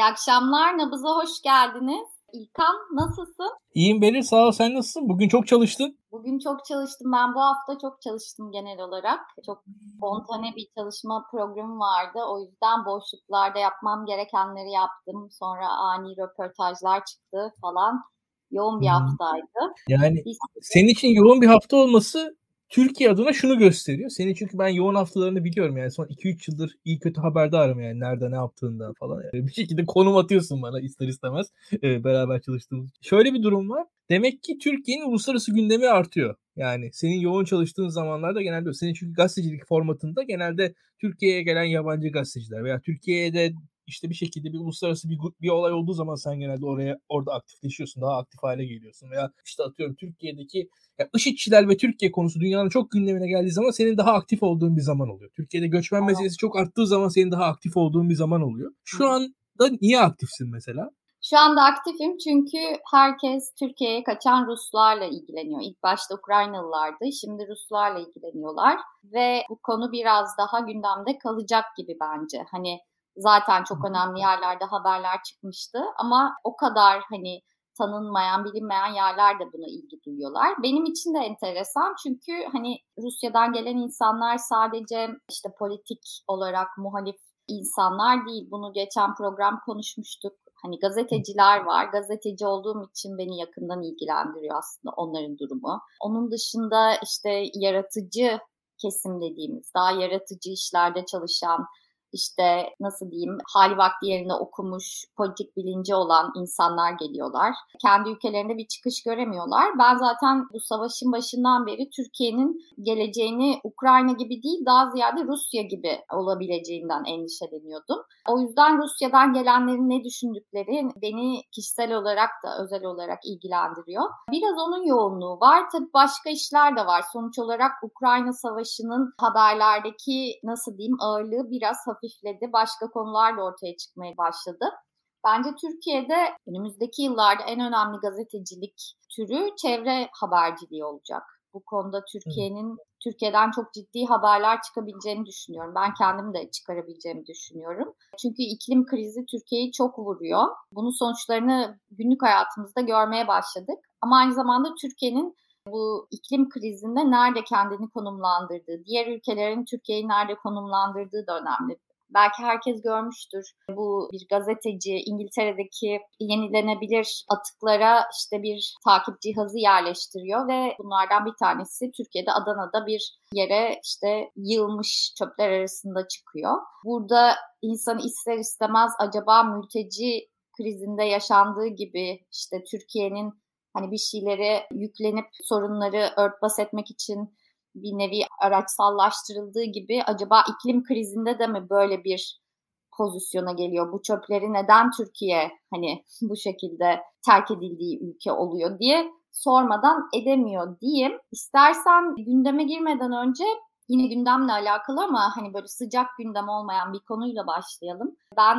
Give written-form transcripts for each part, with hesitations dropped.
akşamlar, Nabız'a hoş geldiniz. İlkan, nasılsın? İyiyim Beril, sağ ol. Sen nasılsın? Bugün çok çalıştın. Bugün çok çalıştım. Ben bu hafta çok çalıştım genel olarak. Çok spontane bir çalışma programı vardı. O yüzden boşluklarda yapmam gerekenleri yaptım. Sonra ani röportajlar çıktı falan. Yoğun bir haftaydı. Yani senin için yoğun bir hafta olması Türkiye adına şunu gösteriyor. Senin çünkü ben yoğun haftalarını biliyorum yani son 2-3 yıldır iyi kötü haberdarım yani nerede ne yaptığından falan. Bir şekilde konum atıyorsun bana ister istemez beraber çalıştığımız. Şöyle bir durum var. Demek ki Türkiye'nin uluslararası gündemi artıyor. Yani senin yoğun çalıştığın zamanlarda genelde senin çünkü gazetecilik formatında genelde Türkiye'ye gelen yabancı gazeteciler veya Türkiye'de işte bir şekilde bir uluslararası bir olay olduğu zaman sen genelde orada aktifleşiyorsun, daha aktif hale geliyorsun veya işte atıyorum Türkiye'deki IŞİD'çiler ve Türkiye konusu dünyanın çok gündemine geldiği zaman senin daha aktif olduğun bir zaman oluyor. Türkiye'de göçmen meselesi çok arttığı zaman senin daha aktif olduğun bir zaman oluyor. Şu anda niye aktifsin mesela? Şu anda aktifim çünkü herkes Türkiye'ye kaçan Ruslarla ilgileniyor. İlk başta Ukraynalılardı, şimdi Ruslarla ilgileniyorlar ve bu konu biraz daha gündemde kalacak gibi bence. Hani zaten çok önemli yerlerde haberler çıkmıştı ama o kadar hani tanınmayan, bilinmeyen yerler de buna ilgi duyuyorlar. Benim için de enteresan çünkü hani Rusya'dan gelen insanlar sadece işte politik olarak muhalif insanlar değil. Bunu geçen program konuşmuştuk. Hani gazeteciler var. Gazeteci olduğum için beni yakından ilgilendiriyor aslında onların durumu. Onun dışında işte yaratıcı kesim dediğimiz, daha yaratıcı işlerde çalışan, işte nasıl diyeyim, hali vakti yerine okumuş, politik bilinci olan insanlar geliyorlar. Kendi ülkelerinde bir çıkış göremiyorlar. Ben zaten bu savaşın başından beri Türkiye'nin geleceğini Ukrayna gibi değil, daha ziyade Rusya gibi olabileceğinden endişeleniyordum. O yüzden Rusya'dan gelenlerin ne düşündükleri beni kişisel olarak da özel olarak ilgilendiriyor. Biraz onun yoğunluğu var. Tabii başka işler de var. Sonuç olarak Ukrayna Savaşı'nın haberlerdeki nasıl diyeyim ağırlığı biraz hafifledi. Başka konular da ortaya çıkmaya başladı. Bence Türkiye'de önümüzdeki yıllarda en önemli gazetecilik türü çevre haberciliği olacak. Bu konuda Türkiye'den çok ciddi haberler çıkabileceğini düşünüyorum. Ben kendim de çıkarabileceğimi düşünüyorum. Çünkü iklim krizi Türkiye'yi çok vuruyor. Bunun sonuçlarını günlük hayatımızda görmeye başladık. Ama aynı zamanda Türkiye'nin bu iklim krizinde nerede kendini konumlandırdığı, diğer ülkelerin Türkiye'yi nerede konumlandırdığı da önemli. Belki herkes görmüştür. Bu bir gazeteci İngiltere'deki yenilenebilir atıklara işte bir takip cihazı yerleştiriyor ve bunlardan bir tanesi Türkiye'de Adana'da bir yere işte yığılmış çöpler arasında çıkıyor. Burada insan ister istemez acaba mülteci krizinde yaşandığı gibi işte Türkiye'nin hani bir şeylere yüklenip sorunları örtbas etmek için bir nevi araçsallaştırıldığı gibi acaba iklim krizinde de mi böyle bir pozisyona geliyor? Bu çöpleri neden Türkiye hani bu şekilde terk edildiği ülke oluyor diye sormadan edemiyor diyeyim. İstersen gündeme girmeden önce yine gündemle alakalı ama hani böyle sıcak gündem olmayan bir konuyla başlayalım.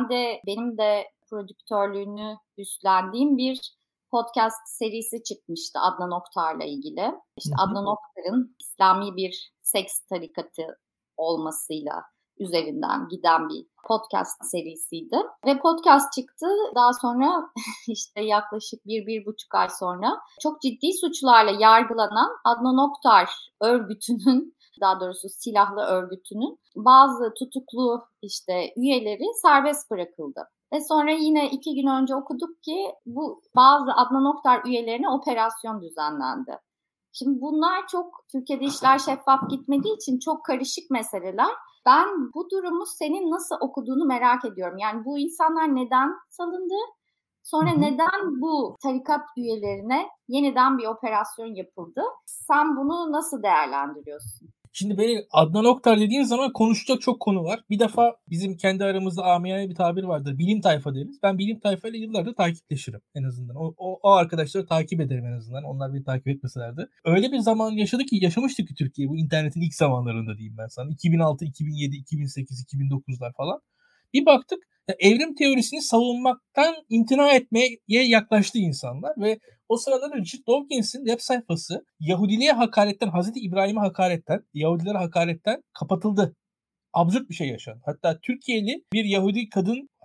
Benim de prodüktörlüğünü üstlendiğim bir podcast serisi çıkmıştı Adnan Oktar'la ilgili. İşte Adnan Oktar'ın İslami bir seks tarikatı olmasıyla üzerinden giden bir podcast serisiydi. Ve podcast çıktı. Daha sonra işte yaklaşık 1-1,5 ay sonra çok ciddi suçlarla yargılanan Adnan Oktar örgütünün, daha doğrusu silahlı örgütünün bazı tutuklu işte üyeleri serbest bırakıldı. Ve sonra yine 2 gün önce okuduk ki bu bazı Adnan Oktar üyelerine operasyon düzenlendi. Şimdi bunlar çok Türkiye'de işler şeffaf gitmediği için çok karışık meseleler. Ben bu durumu senin nasıl okuduğunu merak ediyorum. Yani bu insanlar neden salındı? Sonra neden bu tarikat üyelerine yeniden bir operasyon yapıldı? Sen bunu nasıl değerlendiriyorsun? Şimdi beni Adnan Oktar dediğin zaman konuşacak çok konu var. Bir defa bizim kendi aramızda amiyane bir tabir vardır. Bilim tayfa deriz. Ben bilim tayfayla yıllardır takipleşirim en azından. O arkadaşları takip ederim en azından. Onlar beni takip etmeseler de. Öyle bir zaman yaşamıştık ki Türkiye bu internetin ilk zamanlarında diyeyim ben sana. 2006, 2007, 2008, 2009'lar falan. Bir baktık evrim teorisini savunmaktan imtina etmeye yaklaştı insanlar ve o sırada Richard Dawkins'in web sayfası Yahudiliğe hakaretten, Hazreti İbrahim'e hakaretten, Yahudilere hakaretten kapatıldı. Absürt bir şey yaşandı. Hatta Türkiye'li bir Yahudi kadın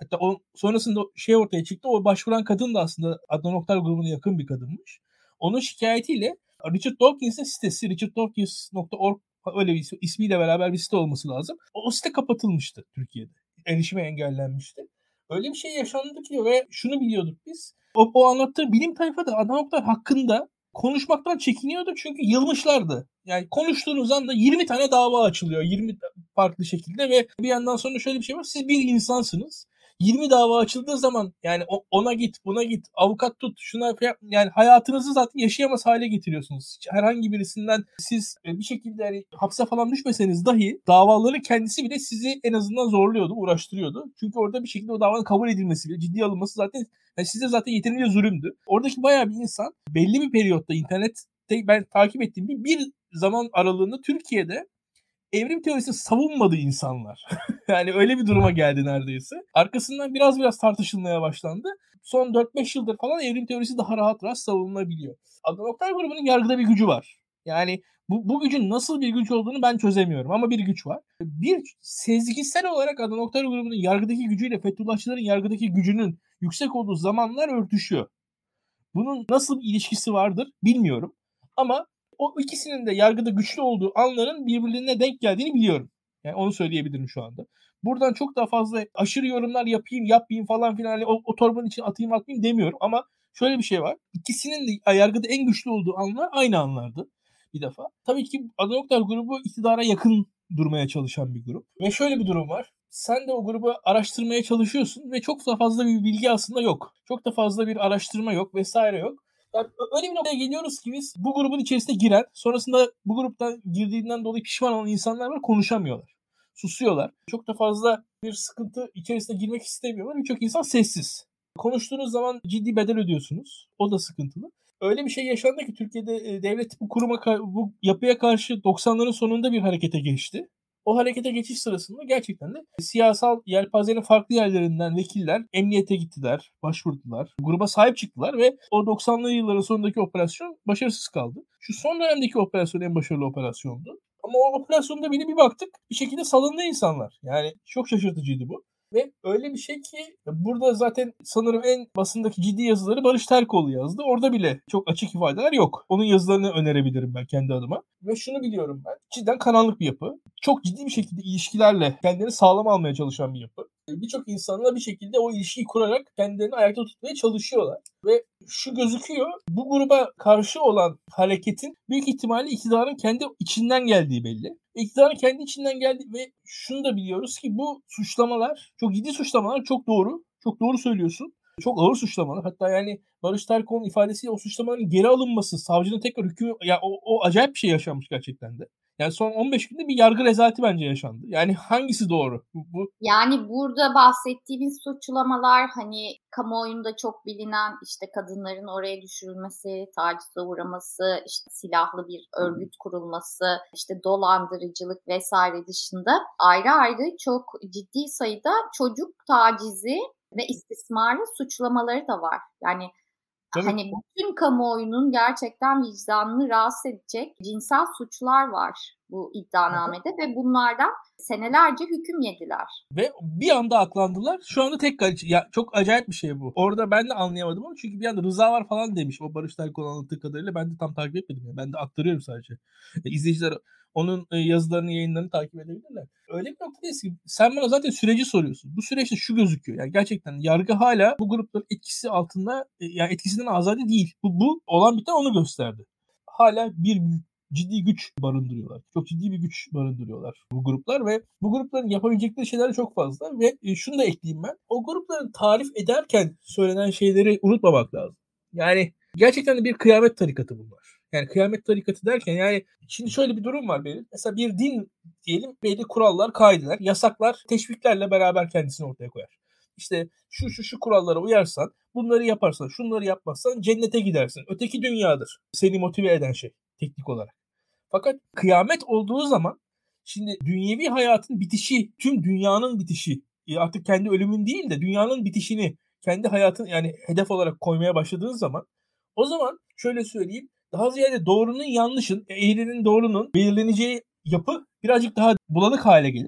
Hatta sonrasında şey ortaya çıktı. O başvuran kadın da aslında Adnan Oktar grubuna yakın bir kadınmış. Onun şikayetiyle Richard Dawkins'in sitesi richarddawkins.org öyle bir ismiyle beraber bir site olması lazım. O site kapatılmıştı Türkiye'de. Erişime engellenmişti. Öyle bir şey yaşandı ki ve şunu biliyorduk biz. O anlattığı bilim tayfa da Adnan Oktar hakkında konuşmaktan çekiniyordu çünkü yılmışlardı. Yani konuştuğunuz anda 20 tane dava açılıyor. 20 farklı şekilde ve bir yandan sonra şöyle bir şey var. Siz bir insansınız. 20 dava açıldığı zaman yani ona git, buna git, avukat tut, şuna yani hayatınızı zaten yaşayamaz hale getiriyorsunuz. Herhangi birisinden siz bir şekilde yani hapse falan düşmeseniz dahi davaların kendisi bile sizi en azından zorluyordu, uğraştırıyordu. Çünkü orada bir şekilde o davanın kabul edilmesi bile, ciddiye alınması zaten yani size zaten yeterince zulümdü. Oradaki bayağı bir insan belli bir periyotta internette ben takip ettiğim bir zaman aralığında Türkiye'de evrim teorisini savunmadığı insanlar. Yani öyle bir duruma geldi neredeyse. Arkasından biraz tartışılmaya başlandı. Son 4-5 yıldır falan evrim teorisi daha rahat savunulabiliyor. Adnan Oktar grubunun yargıda bir gücü var. Yani bu gücün nasıl bir güç olduğunu ben çözemiyorum ama bir güç var. Bir sezgisel olarak Adnan Oktar grubunun yargıdaki gücüyle Fethullahçıların yargıdaki gücünün yüksek olduğu zamanlar örtüşüyor. Bunun nasıl bir ilişkisi vardır bilmiyorum. Ama o ikisinin de yargıda güçlü olduğu anların birbirlerine denk geldiğini biliyorum. Yani onu söyleyebilirim şu anda. Buradan çok daha fazla aşırı yorumlar yapmayayım falan filan hani o torbanın içine atmayayım demiyorum ama şöyle bir şey var. İkisinin de yargıda en güçlü olduğu anlar aynı anlardı bir defa. Tabii ki Adnan Oktar grubu iktidara yakın durmaya çalışan bir grup. Ve şöyle bir durum var. Sen de o grubu araştırmaya çalışıyorsun ve çok da fazla bir bilgi aslında yok. Çok da fazla bir araştırma yok vesaire yok. Yani öyle bir noktaya geliyoruz ki biz bu grubun içerisine giren, sonrasında bu gruptan girdiğinden dolayı pişman olan insanlar var, konuşamıyorlar. Susuyorlar. Çok da fazla bir sıkıntı içerisine girmek istemiyorlar. Birçok insan sessiz. Konuştuğunuz zaman ciddi bedel ödüyorsunuz. O da sıkıntılı. Öyle bir şey yaşandı ki Türkiye'de devlet bu yapıya karşı 90'ların sonunda bir harekete geçti. O harekete geçiş sırasında gerçekten de siyasal yelpazenin farklı yerlerinden vekiller emniyete gittiler, başvurdular, gruba sahip çıktılar ve o 90'lı yılların sonundaki operasyon başarısız kaldı. Şu son dönemdeki operasyon en başarılı operasyondu. Ama o operasyonda bile bir baktık bir şekilde salındı insanlar. Yani çok şaşırtıcıydı bu. Ve öyle bir şey ki burada zaten sanırım en basındaki ciddi yazıları Barış Terkoğlu yazdı. Orada bile çok açık ifadeler yok. Onun yazılarını önerebilirim ben kendi adıma. Ve şunu biliyorum ben. Cidden karanlık bir yapı. Çok ciddi bir şekilde ilişkilerle kendini sağlam almaya çalışan bir yapı. Birçok insanla bir şekilde o ilişkiyi kurarak kendilerini ayakta tutmaya çalışıyorlar. Ve şu gözüküyor, bu gruba karşı olan hareketin büyük ihtimalle iktidarın kendi içinden geldiği belli. İktidarın kendi içinden geldiği ve şunu da biliyoruz ki bu suçlamalar, çok ciddi suçlamalar, çok doğru. Çok doğru söylüyorsun. Çok ağır suçlamalar. Hatta yani Barış Terkoğlu'nun ifadesiyle o suçlamaların geri alınması, savcının tekrar hükmü, ya o acayip bir şey yaşanmış gerçekten de. Yani son 15 günde bir yargı rezaleti bence yaşandı. Yani hangisi doğru? Yani burada bahsettiğimiz suçlamalar hani kamuoyunda çok bilinen işte kadınların oraya düşürülmesi, tacize uğraması, işte silahlı bir örgüt kurulması, işte dolandırıcılık vesaire dışında ayrı ayrı çok ciddi sayıda çocuk tacizi ve istismarı suçlamaları da var. Yani Tabii. hani bütün kamuoyunun gerçekten vicdanını rahatsız edecek cinsel suçlar var bu iddianamede ve bunlardan senelerce hüküm yediler. Ve bir anda aklandılar. Şu anda tekrar ya çok acayip bir şey bu. Orada ben de anlayamadım ama çünkü bir anda rıza var falan demiş o Barış Terkoğlu anlattığı kadarıyla. Ben de tam takip etmedim. Yani. Ben de aktarıyorum sadece. İzleyiciler onun yazılarını, yayınlarını takip edebilirler. Öyle bir noktadayız ki sen bana zaten süreci soruyorsun. Bu süreçte şu gözüküyor. Yani gerçekten yargı hala bu grupların etkisi altında yani etkisinden azade değil. Bu olan biten onu gösterdi. Hala bir ciddi güç barındırıyorlar. Çok ciddi bir güç barındırıyorlar bu gruplar ve bu grupların yapabilecekleri şeyler çok fazla ve şunu da ekleyeyim ben. O grupların tarif ederken söylenen şeyleri unutmamak lazım. Yani gerçekten de bir kıyamet tarikatı bunlar. Yani kıyamet tarikatı derken yani şimdi şöyle bir durum var benim. Mesela bir din diyelim belli kurallar, kaideler, yasaklar, teşviklerle beraber kendisini ortaya koyar. İşte şu kurallara uyarsan, bunları yaparsan, şunları yapmazsan cennete gidersin. Öteki dünyadır seni motive eden şey teknik olarak. Fakat kıyamet olduğu zaman şimdi dünyevi hayatın bitişi, tüm dünyanın bitişi artık kendi ölümün değil de dünyanın bitişini kendi hayatın yani hedef olarak koymaya başladığın zaman o zaman şöyle söyleyeyim daha ziyade doğrunun yanlışın, eğrinin doğrunun belirleneceği yapı birazcık daha bulanık hale gelir.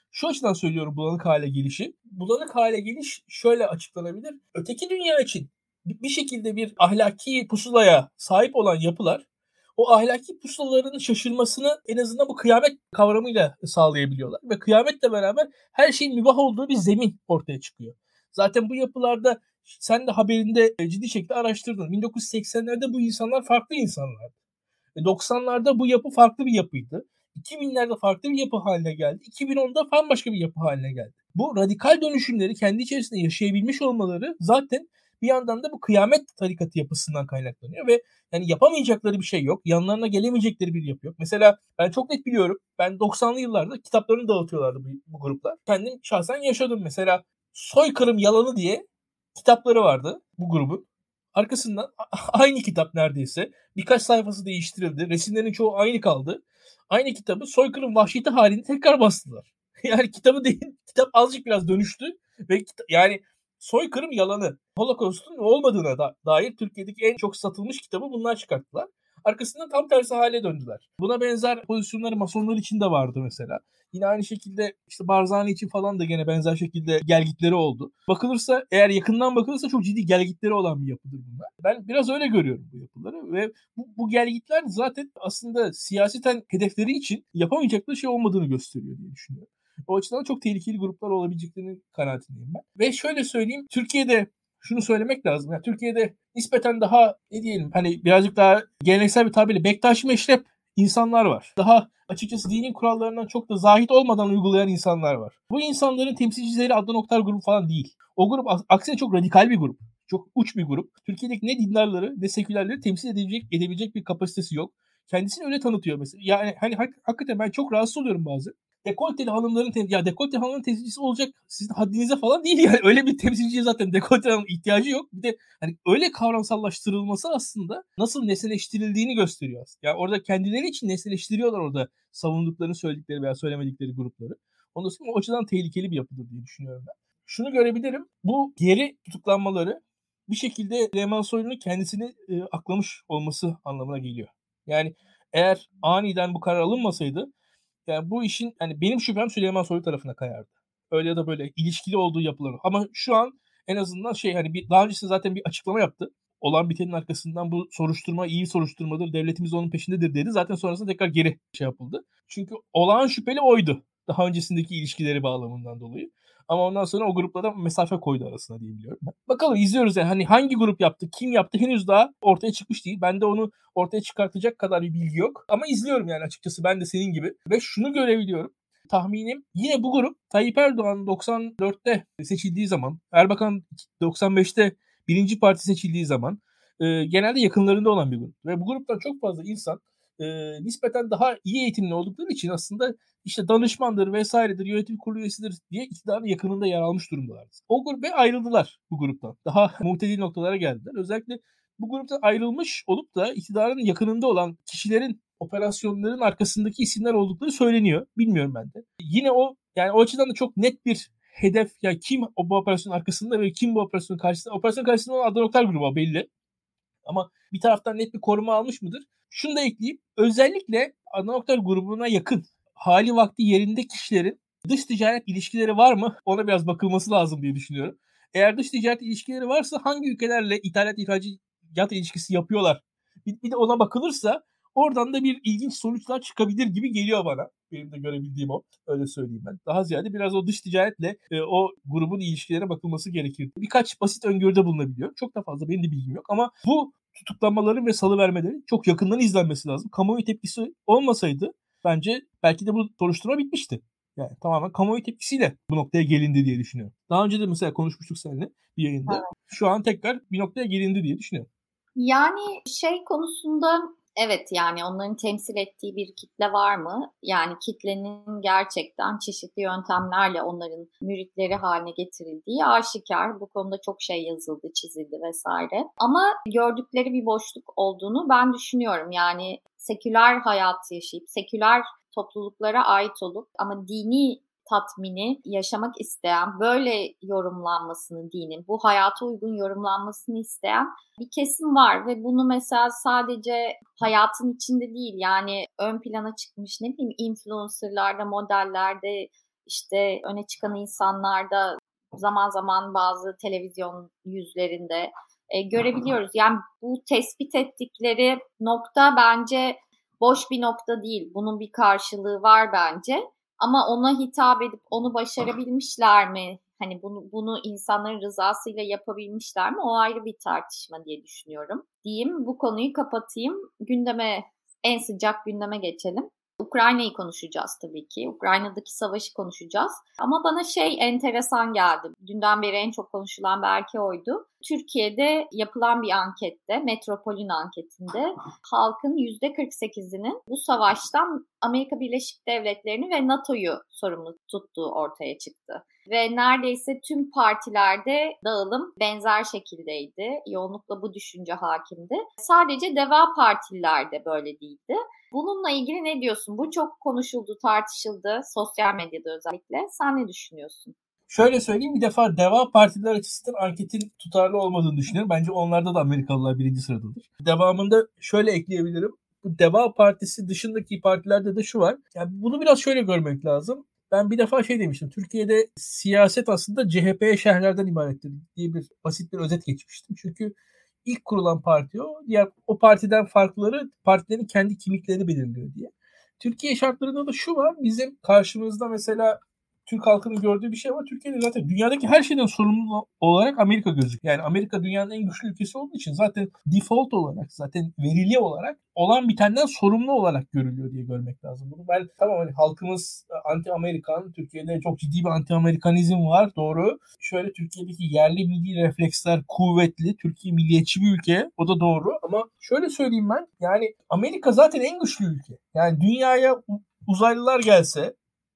Şu açıdan söylüyorum bulanık hale gelişi. Bulanık hale geliş şöyle açıklanabilir. Öteki dünya için bir şekilde bir ahlaki pusulaya sahip olan yapılar o ahlaki pusulaların şaşırmasını en azından bu kıyamet kavramıyla sağlayabiliyorlar. Ve kıyametle beraber her şeyin mübah olduğu bir zemin ortaya çıkıyor. Zaten bu yapılarda sen de haberinde ciddi şekilde araştırdın. 1980'lerde bu insanlar farklı insanlardı. 90'larda bu yapı farklı bir yapıydı. 2000'lerde farklı bir yapı haline geldi. 2010'da bambaşka bir yapı haline geldi. Bu radikal dönüşümleri kendi içerisinde yaşayabilmiş olmaları zaten bir yandan da bu kıyamet tarikatı yapısından kaynaklanıyor ve yani yapamayacakları bir şey yok. Yanlarına gelemeyecekleri bir yapı yok. Mesela ben çok net biliyorum. Ben 90'lı yıllarda kitaplarını dağıtıyorlardı bu gruplar. Kendim şahsen yaşadım. Mesela Soykırım Yalanı diye kitapları vardı bu grubun. Arkasından aynı kitap neredeyse. Birkaç sayfası değiştirildi. Resimlerin çoğu aynı kaldı. Aynı kitabı Soykırım Vahşeti halinde tekrar bastılar. Yani kitabı değil, kitap azıcık biraz dönüştü ve yani Soykırım Yalanı, Holocaust'un olmadığına dair Türkiye'deki en çok satılmış kitabı bunlar çıkarttılar. Arkasından tam tersi hale döndüler. Buna benzer pozisyonları Masonlar için de vardı mesela. Yine aynı şekilde işte Barzani için falan da gene benzer şekilde gelgitleri oldu. Bakılırsa eğer yakından bakılırsa çok ciddi gelgitleri olan bir yapıdır bunlar. Ben biraz öyle görüyorum bu yapıları ve bu gelgitler zaten aslında siyaseten hedefleri için yapamayacakları şey olmadığını gösteriyor diye düşünüyorum. O açıdan çok tehlikeli gruplar olabileceklerini kanaatindeyim ben. Ve şöyle söyleyeyim, Türkiye'de şunu söylemek lazım. Yani Türkiye'de nispeten daha ne diyelim hani birazcık daha geleneksel bir tabirle Bektaşi meşrep insanlar var. Daha açıkçası dinin kurallarından çok da zahit olmadan uygulayan insanlar var. Bu insanların temsilcileri Adnan Oktar grubu falan değil. O grup aksine çok radikal bir grup. Çok uç bir grup. Türkiye'deki ne dindarları ne sekülerleri temsil edebilecek bir kapasitesi yok. Kendisini öyle tanıtıyor mesela. Yani hani hakikaten ben çok rahatsız oluyorum bazen. Dekolteli hanımların dekolteli hanımların temsilcisi olacak sizin haddinize falan değil yani. Öyle bir temsilciye zaten dekolteli hanımın ihtiyacı yok. Bir de hani öyle kavramsallaştırılması aslında nasıl nesneleştirildiğini gösteriyor aslında. Yani orada kendileri için nesneleştiriyorlar orada savunduklarını söyledikleri veya söylemedikleri grupları. Ondan sonra o açıdan tehlikeli bir yapıdır diye düşünüyorum ben. Şunu görebilirim. Bu geri tutuklanmaları bir şekilde Süleyman Soylu'nun kendisini aklamış olması anlamına geliyor. Yani eğer aniden bu karar alınmasaydı yani bu işin hani benim şüphem Süleyman Soylu tarafına kayardı. Öyle ya da böyle ilişkili olduğu yapılar. Ama şu an en azından hani daha öncesinde zaten bir açıklama yaptı. Olan bitenin arkasından bu soruşturma iyi soruşturmadır. Devletimiz onun peşindedir dedi. Zaten sonrasında tekrar geri yapıldı. Çünkü olağan şüpheli oydu. Daha öncesindeki ilişkileri bağlamından dolayı. Ama ondan sonra o grupla da mesafe koydu arasına diyebiliyorum ben. Bakalım izliyoruz yani hani hangi grup yaptı, kim yaptı henüz daha ortaya çıkmış değil. Ben de onu ortaya çıkartacak kadar bir bilgi yok. Ama izliyorum yani açıkçası ben de senin gibi. Ve şunu görebiliyorum. Tahminim yine bu grup Tayyip Erdoğan 94'te seçildiği zaman, Erbakan 95'te birinci parti seçildiği zaman genelde yakınlarında olan bir grup. Ve bu gruptan çok fazla insan nispeten daha iyi eğitimli oldukları için aslında işte danışmandır vesairedir, yönetim kurulu üyesidir diye iktidarın yakınında yer almış durumdalar. O grup ve ayrıldılar bu gruptan. Daha muhtedil noktalara geldiler. Özellikle bu gruptan ayrılmış olup da iktidarın yakınında olan kişilerin operasyonların arkasındaki isimler oldukları söyleniyor. Bilmiyorum ben de. Yine yani o açıdan da çok net bir hedef ya kim bu operasyonun arkasında ve kim bu operasyonun karşısında. Operasyonun karşısında olan Adnan Oktar grubu belli. Ama bir taraftan net bir koruma almış mıdır? Şunu da ekleyeyim. Özellikle Adnan Oktar grubuna yakın hali vakti yerinde kişilerin dış ticaret ilişkileri var mı? Ona biraz bakılması lazım diye düşünüyorum. Eğer dış ticaret ilişkileri varsa hangi ülkelerle ihracat ilişkisi yapıyorlar? Bir de ona bakılırsa oradan da bir ilginç sonuçlar çıkabilir gibi geliyor bana. Benim de görebildiğim o. Öyle söyleyeyim ben. Daha ziyade biraz o dış ticaretle o grubun ilişkilerine bakılması gerekir. Birkaç basit öngörüde bulunabiliyor. Çok da fazla benim de bilgim yok ama bu tutuklamaların ve salıvermelerin çok yakından izlenmesi lazım. Kamuoyu tepkisi olmasaydı bence belki de bu soruşturma bitmişti. Yani tamamen kamuoyu tepkisiyle bu noktaya gelindi diye düşünüyorum. Daha önce de mesela konuşmuştuk seninle bir yayında. Evet. Şu an tekrar bir noktaya gelindi diye düşünüyorum. Yani konusunda evet yani onların temsil ettiği bir kitle var mı? Yani kitlenin gerçekten çeşitli yöntemlerle onların müritleri haline getirildiği aşikar. Bu konuda çok şey yazıldı, çizildi vesaire. Ama gördükleri bir boşluk olduğunu ben düşünüyorum. Yani seküler hayatı yaşayıp, seküler topluluklara ait olup ama dini tatmini yaşamak isteyen, böyle yorumlanmasını dinin, bu hayata uygun yorumlanmasını isteyen bir kesim var ve bunu mesela sadece hayatın içinde değil yani ön plana çıkmış ne bileyim influencerlarda, modellerde, işte öne çıkan insanlar da zaman zaman bazı televizyon yüzlerinde görebiliyoruz. Yani bu tespit ettikleri nokta bence boş bir nokta değil. Bunun bir karşılığı var bence. Ama ona hitap edip onu başarabilmişler mi? Hani bunu insanların rızasıyla yapabilmişler mi? O ayrı bir tartışma diye düşünüyorum. Diyeyim, bu konuyu kapatayım. En sıcak gündeme geçelim. Ukrayna'yı konuşacağız tabii ki. Ukrayna'daki savaşı konuşacağız. Ama bana enteresan geldi. Dünden beri en çok konuşulan belki oydu. Türkiye'de yapılan bir ankette, Metropol'ün anketinde halkın %48'inin bu savaştan Amerika Birleşik Devletleri'ni ve NATO'yu sorumlu tuttuğu ortaya çıktı. Ve neredeyse tüm partilerde dağılım benzer şekildeydi. Yoğunlukla bu düşünce hakimdi. Sadece Deva partilerde böyle değildi. Bununla ilgili ne diyorsun? Bu çok konuşuldu, tartışıldı sosyal medyada özellikle. Sen ne düşünüyorsun? Şöyle söyleyeyim, bir defa Deva partiler açısından anketin tutarlı olmadığını düşünüyorum. Bence onlarda da Amerikalılar birinci sıradadır. Devamında şöyle ekleyebilirim. Bu Deva Partisi dışındaki partilerde de şu var. Yani bunu biraz şöyle görmek lazım. Ben bir defa demiştim. Türkiye'de siyaset aslında CHP'ye şerhlerden ibarettir diye basit bir özet geçmiştim. Çünkü ilk kurulan parti o. O partiden farkları partilerin kendi kimliklerini belirliyor diye. Türkiye şartlarında da şu var. Bizim karşımızda mesela Türk halkının gördüğü bir şey var. Türkiye'de zaten dünyadaki her şeyden sorumlu olarak Amerika gözüküyor. Yani Amerika dünyanın en güçlü ülkesi olduğu için zaten default olarak, zaten verili olarak olan bitenden sorumlu olarak görülüyor diye görmek lazım. Bunu ben tamam, halkımız anti-Amerikan, Türkiye'de çok ciddi bir anti-Amerikanizm var, doğru. Şöyle, Türkiye'deki yerli milli refleksler kuvvetli. Türkiye milliyetçi bir ülke, o da doğru. Ama şöyle söyleyeyim ben, yani Amerika zaten en güçlü ülke. Yani dünyaya uzaylılar gelse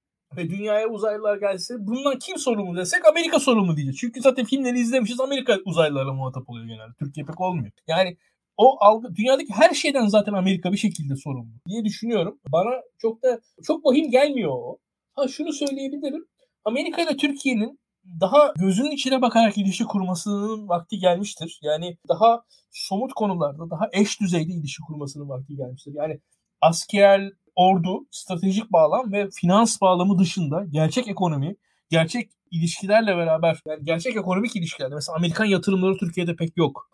bundan kim sorumlu desek Amerika sorumlu diyecek. Çünkü zaten filmleri izlemişiz, Amerika uzaylılarla muhatap oluyor genelde. Türkiye pek olmuyor. Yani o algı, dünyadaki her şeyden zaten Amerika bir şekilde sorumlu diye düşünüyorum. Bana çok vahim gelmiyor o. Şunu söyleyebilirim. Amerika ile Türkiye'nin daha gözünün içine bakarak ilişki kurmasının vakti gelmiştir. Yani daha somut konularda, daha eş düzeyde ilişki kurmasının vakti gelmiştir. Yani asker, ordu, stratejik bağlam ve finans bağlamı dışında gerçek ekonomi, gerçek ilişkilerle beraber, yani gerçek ekonomik ilişkilerde mesela Amerikan yatırımları Türkiye'de pek yok.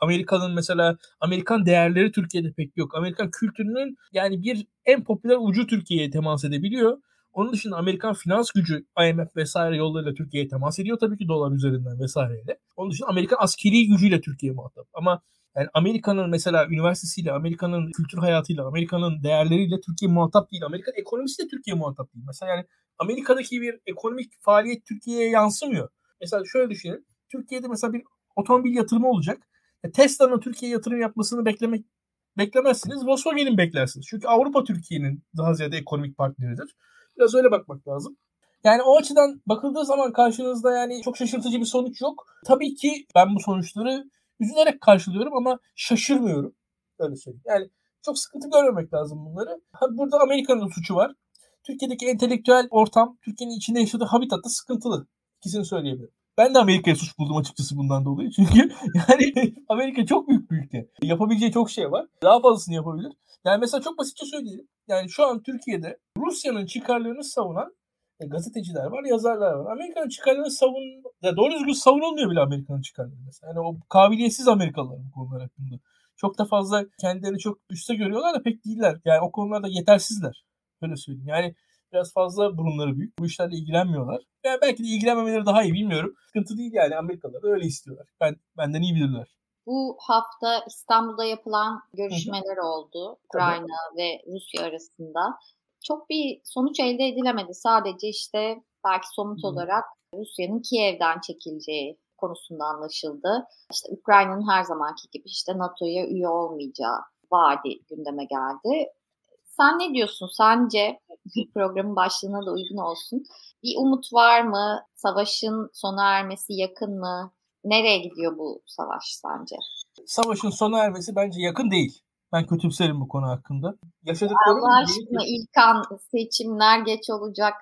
Amerikan değerleri Türkiye'de pek yok. Amerikan kültürünün yani en popüler ucu Türkiye'ye temas edebiliyor. Onun dışında Amerikan finans gücü, IMF vesaire yollarıyla Türkiye'ye temas ediyor tabii ki, dolar üzerinden vesaireyle. Onun dışında Amerikan askeri gücüyle Türkiye muhatap. Ama yani Amerika'nın mesela üniversitesiyle, Amerika'nın kültür hayatıyla, Amerika'nın değerleriyle Türkiye muhatap değil. Amerikan ekonomisiyle Türkiye muhatap değil. Mesela yani Amerika'daki bir ekonomik faaliyet Türkiye'ye yansımıyor. Mesela şöyle düşünün. Türkiye'de mesela bir otomobil yatırımı olacak. Tesla'nın Türkiye'ye yatırım yapmasını beklemezsiniz. Volkswagen'in beklersiniz. Çünkü Avrupa Türkiye'nin daha ziyade ekonomik partneridir. Biraz öyle bakmak lazım. Yani o açıdan bakıldığı zaman karşınızda yani çok şaşırtıcı bir sonuç yok. Tabii ki ben bu sonuçları üzülerek karşılıyorum ama şaşırmıyorum. Öyle söyleyeyim. Yani çok sıkıntı görmemek lazım bunları. Burada Amerika'nın suçu var. Türkiye'deki entelektüel ortam, Türkiye'nin içinde yaşadığı habitat da sıkıntılı. İkisini söyleyebilirim. Ben de Amerika'ya suç buldum açıkçası bundan dolayı. Çünkü yani Amerika çok büyük bir ülke. Yapabileceği çok şey var. Daha fazlasını yapabilir. Yani mesela çok basitçe söyleyelim. Yani şu an Türkiye'de Rusya'nın çıkarlarını savunan gazeteciler var, yazarlar var. Amerika'nın çıkarlarını doğru düzgün savunulmuyor bile Amerika'nın çıkarları mesela. Yani o kabiliyetsiz Amerikalılar bu konular hakkında. Çok da fazla kendilerini çok üste görüyorlar da pek değiller. Yani o konularda yetersizler. Öyle söyleyeyim. Yani biraz fazla burunları büyük. Bu işlerle ilgilenmiyorlar. Yani belki de ilgilenmemeleri daha iyi, bilmiyorum. Sıkıntı değil yani, Amerikalılar da öyle istiyorlar. Benden iyi bilirler. Bu hafta İstanbul'da yapılan görüşmeler oldu. Ukrayna ve Rusya arasında. Çok bir sonuç elde edilemedi. Sadece belki somut olarak Rusya'nın Kiev'den çekileceği konusunda anlaşıldı. Ukrayna'nın her zamanki gibi NATO'ya üye olmayacağı vaadi gündeme geldi. Sen ne diyorsun? Sence programın başlığına da uygun olsun. Bir umut var mı? Savaşın sona ermesi yakın mı? Nereye gidiyor bu savaş sence? Savaşın sona ermesi bence yakın değil. Ben kötümserim bu konu hakkında. Allah aşkına İlkan, seçimler geç olacak.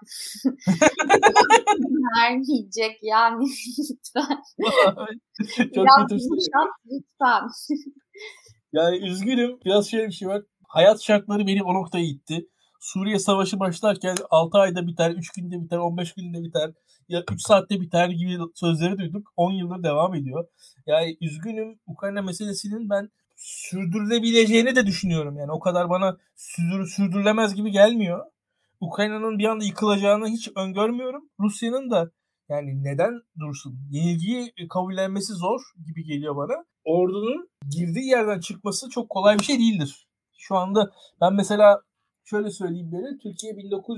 Ermeyecek yani lütfen. Çok kötümserim. Lütfen. Yani üzgünüm. Biraz bir şey var. Hayat şartları beni o noktaya itti. Suriye Savaşı başlarken 6 ayda biter, 3 günde biter, 15 günde biter, ya 3 saatte biter gibi sözleri duyduk. 10 yıldır devam ediyor. Yani üzgünüm, Ukrayna meselesinin ben sürdürülebileceğini de düşünüyorum. Yani o kadar bana sürdürülemez gibi gelmiyor. Ukrayna'nın bir anda yıkılacağını hiç öngörmüyorum. Rusya'nın da yani neden dursun? Yenilgiyi kabullenmesi zor gibi geliyor bana. Ordunun girdiği yerden çıkması çok kolay bir şey değildir. Şu anda ben mesela şöyle söyleyeyim böyle. Türkiye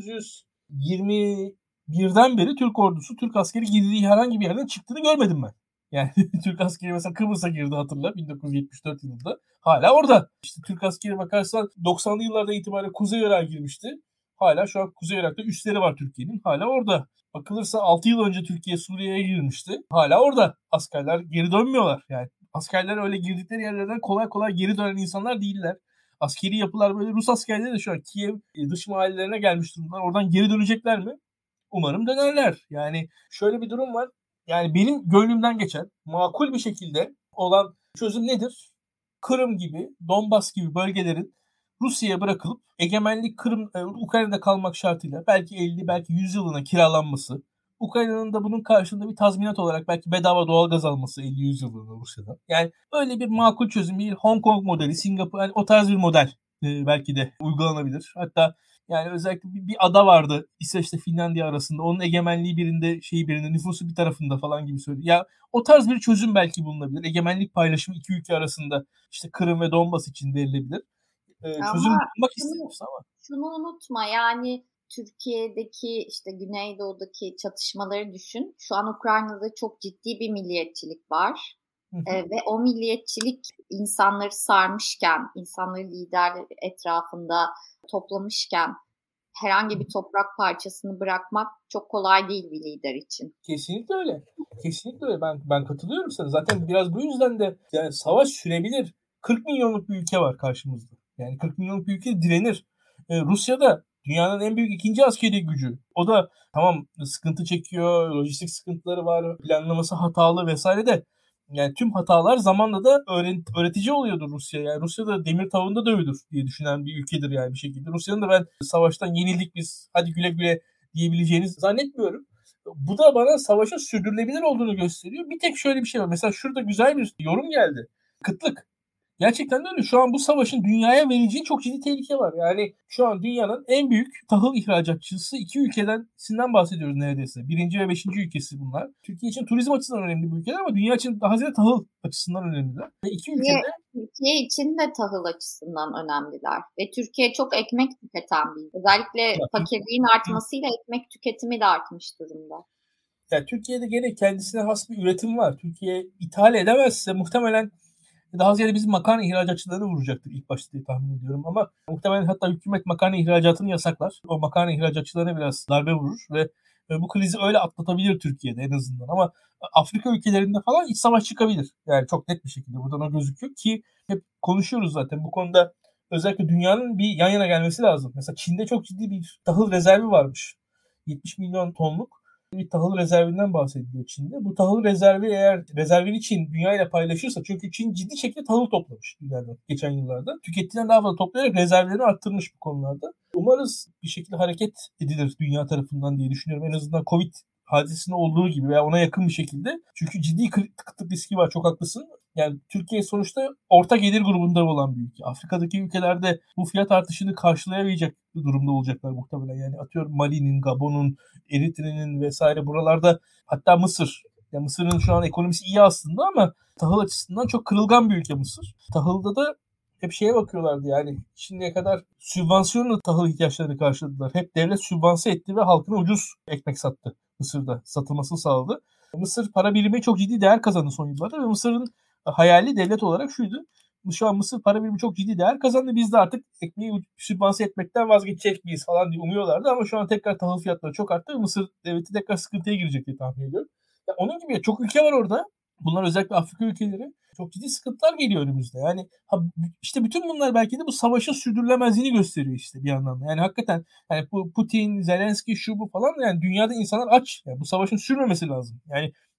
1921'den beri Türk ordusu, Türk askeri girdiği herhangi bir yerden çıktığını görmedim ben. Yani Türk askeri mesela Kıbrıs'a girdi hatırla 1974 yılında. Hala orada. İşte Türk askeri bakarsan 90'lı yıllardan itibaren Kuzey Irak'a girmişti. Hala şu an Kuzey Irak'ta üsleri var Türkiye'nin. Hala orada. Bakılırsa 6 yıl önce Türkiye Suriye'ye girmişti. Hala orada. Askerler geri dönmüyorlar. Yani askerler öyle girdikleri yerlerden kolay kolay geri dönen insanlar değiller. Askeri yapılar böyle Rus askerleri de şu an Kiev dış mahallelerine gelmiş durumlar. Oradan geri dönecekler mi? Umarım dönerler. Yani şöyle bir durum var. Yani benim gönlümden geçen makul bir şekilde olan çözüm nedir? Kırım gibi, Donbas gibi bölgelerin Rusya'ya bırakılıp egemenlik Kırım, Ukrayna'da kalmak şartıyla belki 50 belki 100 yılına kiralanması, Ukrayna'nın da bunun karşılığında bir tazminat olarak belki bedava doğalgaz alması 50-100 yılına Rusya'dan. Yani öyle bir makul çözüm, bir Hong Kong modeli, Singapur, yani o tarz bir model belki de uygulanabilir. Hatta yani özellikle bir ada vardı İsveç'te Finlandiya arasında. Onun egemenliği birinde, nüfusu bir tarafında falan gibi söylüyor. Ya o tarz bir çözüm belki bulunabilir. Egemenlik paylaşımı iki ülke arasında işte Kırım ve Donbas için verilebilir. Çözüm Ama bulmak şunu, istiyoruz ama. şunu unutma yani Türkiye'deki işte Güneydoğu'daki çatışmaları düşün. Şu an Ukrayna'da çok ciddi bir milliyetçilik var. Ve o milliyetçilik insanları sarmışken, insanları liderler etrafında toplamışken herhangi bir toprak parçasını bırakmak çok kolay değil bir lider için. Kesinlikle öyle. Kesinlikle öyle. Ben katılıyorum sana. Zaten biraz bu yüzden de yani savaş sürebilir. 40 milyonluk bir ülke var karşımızda. Yani 40 milyonluk bir ülke direnir. Rusya da dünyanın en büyük ikinci askeri gücü. O da tamam sıkıntı çekiyor, lojistik sıkıntıları var, planlaması hatalı vesaire de yani tüm hatalar zamanla da öğretici oluyordur Rusya. Yani Rusya da demir tavında dövülür diye düşünen bir ülkedir yani bir şekilde. Rusya'nın da ben savaştan yenildik biz hadi güle güle diyebileceğini zannetmiyorum. Bu da bana savaşın sürdürülebilir olduğunu gösteriyor. Bir tek şöyle bir şey var. Mesela şurada güzel bir yorum geldi. Kıtlık. Gerçekten de öyle. Şu an bu savaşın dünyaya vereceği çok ciddi tehlike var. Yani şu an dünyanın en büyük tahıl ihracatçısı iki ülkeden bahsediyoruz neredeyse. Birinci ve beşinci ülkesi bunlar. Türkiye için turizm açısından önemli bu ülkeler ama dünya için daha ziyade tahıl açısından önemliler. Ve iki ülkede Türkiye için de tahıl açısından önemliler. Ve Türkiye çok ekmek tüketen bir ülke. Özellikle fakirliğin artmasıyla ekmek tüketimi de artmış durumda. Yani Türkiye'de gene kendisine has bir üretim var. Türkiye ithal edemezse muhtemelen daha ziyade bizim makarna ihracatçılarını vuracaktır ilk başta diye tahmin ediyorum. Ama muhtemelen hatta hükümet makarna ihracatını yasaklar. O makarna ihracatçılarına biraz darbe vurur ve bu krizi öyle atlatabilir Türkiye'de en azından. Ama Afrika ülkelerinde falan iç savaş çıkabilir. Yani çok net bir şekilde buradan o gözüküyor ki hep konuşuyoruz zaten bu konuda. Özellikle dünyanın bir yan yana gelmesi lazım. Mesela Çin'de çok ciddi bir tahıl rezervi varmış. 70 milyon tonluk bir tahıl rezervinden bahsediliyor Çin'de. Bu tahıl rezervi eğer rezervini Çin dünyayla paylaşırsa çünkü Çin ciddi şekilde tahıl toplamış dünyada geçen yıllarda. Tükettiğinden daha fazla toplayarak rezervlerini arttırmış bu konularda. Umarız bir şekilde hareket edilir dünya tarafından diye düşünüyorum. En azından Covid hadisesinde olduğu gibi veya ona yakın bir şekilde. Çünkü ciddi kıtlık riski var. Çok haklısın. Yani Türkiye sonuçta orta gelir grubunda olan bir ülke. Afrika'daki ülkelerde bu fiyat artışını karşılayamayacak bir durumda olacaklar muhtemelen. Yani atıyorum Mali'nin, Gabon'un, Eritre'nin vesaire buralarda hatta Mısır. Yani Mısır'ın şu an ekonomisi iyi aslında ama tahıl açısından çok kırılgan bir ülke Mısır. Tahılda da hep şeye bakıyorlardı yani şimdiye kadar sübvansiyonla tahıl ihtiyaçlarını karşıladılar. Hep devlet sübvanse etti ve halkına ucuz ekmek sattı Mısır'da. Satılmasını sağladı. Mısır para birimi çok ciddi değer kazandı son yıllarda ve Mısır'ın hayali devlet olarak şuydu. Şu an Mısır para birimi çok ciddi değer kazandı. Biz de artık ekmeği sübvanse etmekten vazgeçecek miyiz falan diye umuyorlardı. Ama şu an tekrar tahıl fiyatları çok arttı. Mısır devleti tekrar sıkıntıya girecek diye tahmin ediyorum. Yani onun gibi çok ülke var orada. Bunlar özellikle Afrika ülkeleri. Çok ciddi sıkıntılar geliyor önümüzde. Yani işte bütün bunlar belki de bu savaşın sürdürülemezliğini gösteriyor işte bir yandan da. Yani hakikaten yani Putin, Zelenski şu bu falan yani dünyada insanlar aç. Yani bu savaşın sürmemesi lazım. Yani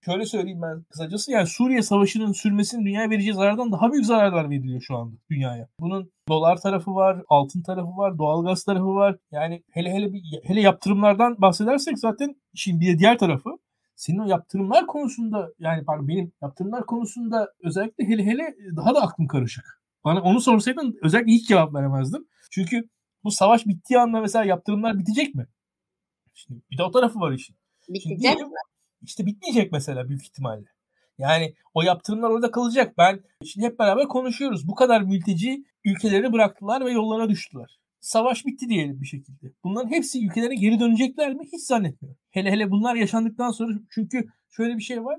Şöyle söyleyeyim ben kısacası, yani Suriye Savaşı'nın sürmesinin dünyaya vereceği zarardan daha büyük zararlar veriliyor şu anda dünyaya. Bunun dolar tarafı var, altın tarafı var, doğalgaz tarafı var. Yani hele yaptırımlardan bahsedersek zaten şimdi bir de diğer tarafı, senin o yaptırımlar konusunda, yani pardon, benim yaptırımlar konusunda özellikle hele daha da aklım karışık. Bana onu sorsaydın özellikle hiç cevap veremezdim. Çünkü bu savaş bittiği anda mesela yaptırımlar bitecek mi? Şimdi bir de o tarafı var işin. Şimdi Bitecek diyelim mi? işte bitmeyecek mesela büyük ihtimalle. Yani o yaptırımlar orada kalacak. Şimdi hep beraber konuşuyoruz. Bu kadar mülteci ülkeleri bıraktılar ve yollara düştüler. Savaş bitti diyelim bir şekilde. Bunların hepsi ülkelerine geri dönecekler mi? Hiç zannetmiyorum. Hele bunlar yaşandıktan sonra, çünkü şöyle bir şey var.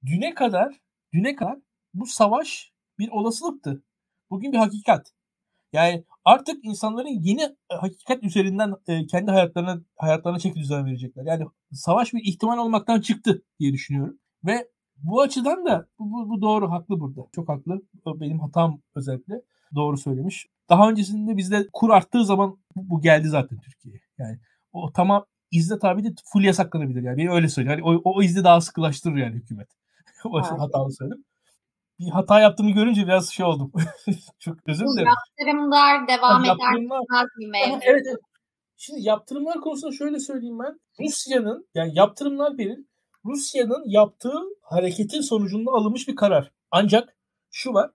Düne kadar bu savaş bir olasılıktı. Bugün bir hakikat. Yani artık insanların yeni hakikat üzerinden kendi hayatlarına çeki düzen verecekler. Yani savaş bir ihtimal olmaktan çıktı diye düşünüyorum. Ve bu açıdan da bu doğru, haklı burada. Çok haklı. Benim hatam özellikle. Doğru söylemiş. Daha öncesinde bizde kur arttığı zaman bu geldi zaten Türkiye'ye. Yani o tamam, izne tabi de full yasaklanabilir. Yani benim öyle söyleyeyim. Yani o izni daha sıkılaştırır yani hükümet. O Evet. hatalı söyledim. Bir hata yaptığımı görünce biraz şey oldum. Çok özür Bu dilerim. yaptırımlar devam eder Yaptırımlar. gitmez bir mevzu. Evet, evet. Şimdi yaptırımlar konusunda şöyle söyleyeyim ben. Yani yaptırımlar Rusya'nın yaptığı hareketin sonucunda alınmış bir karar. Ancak şu var.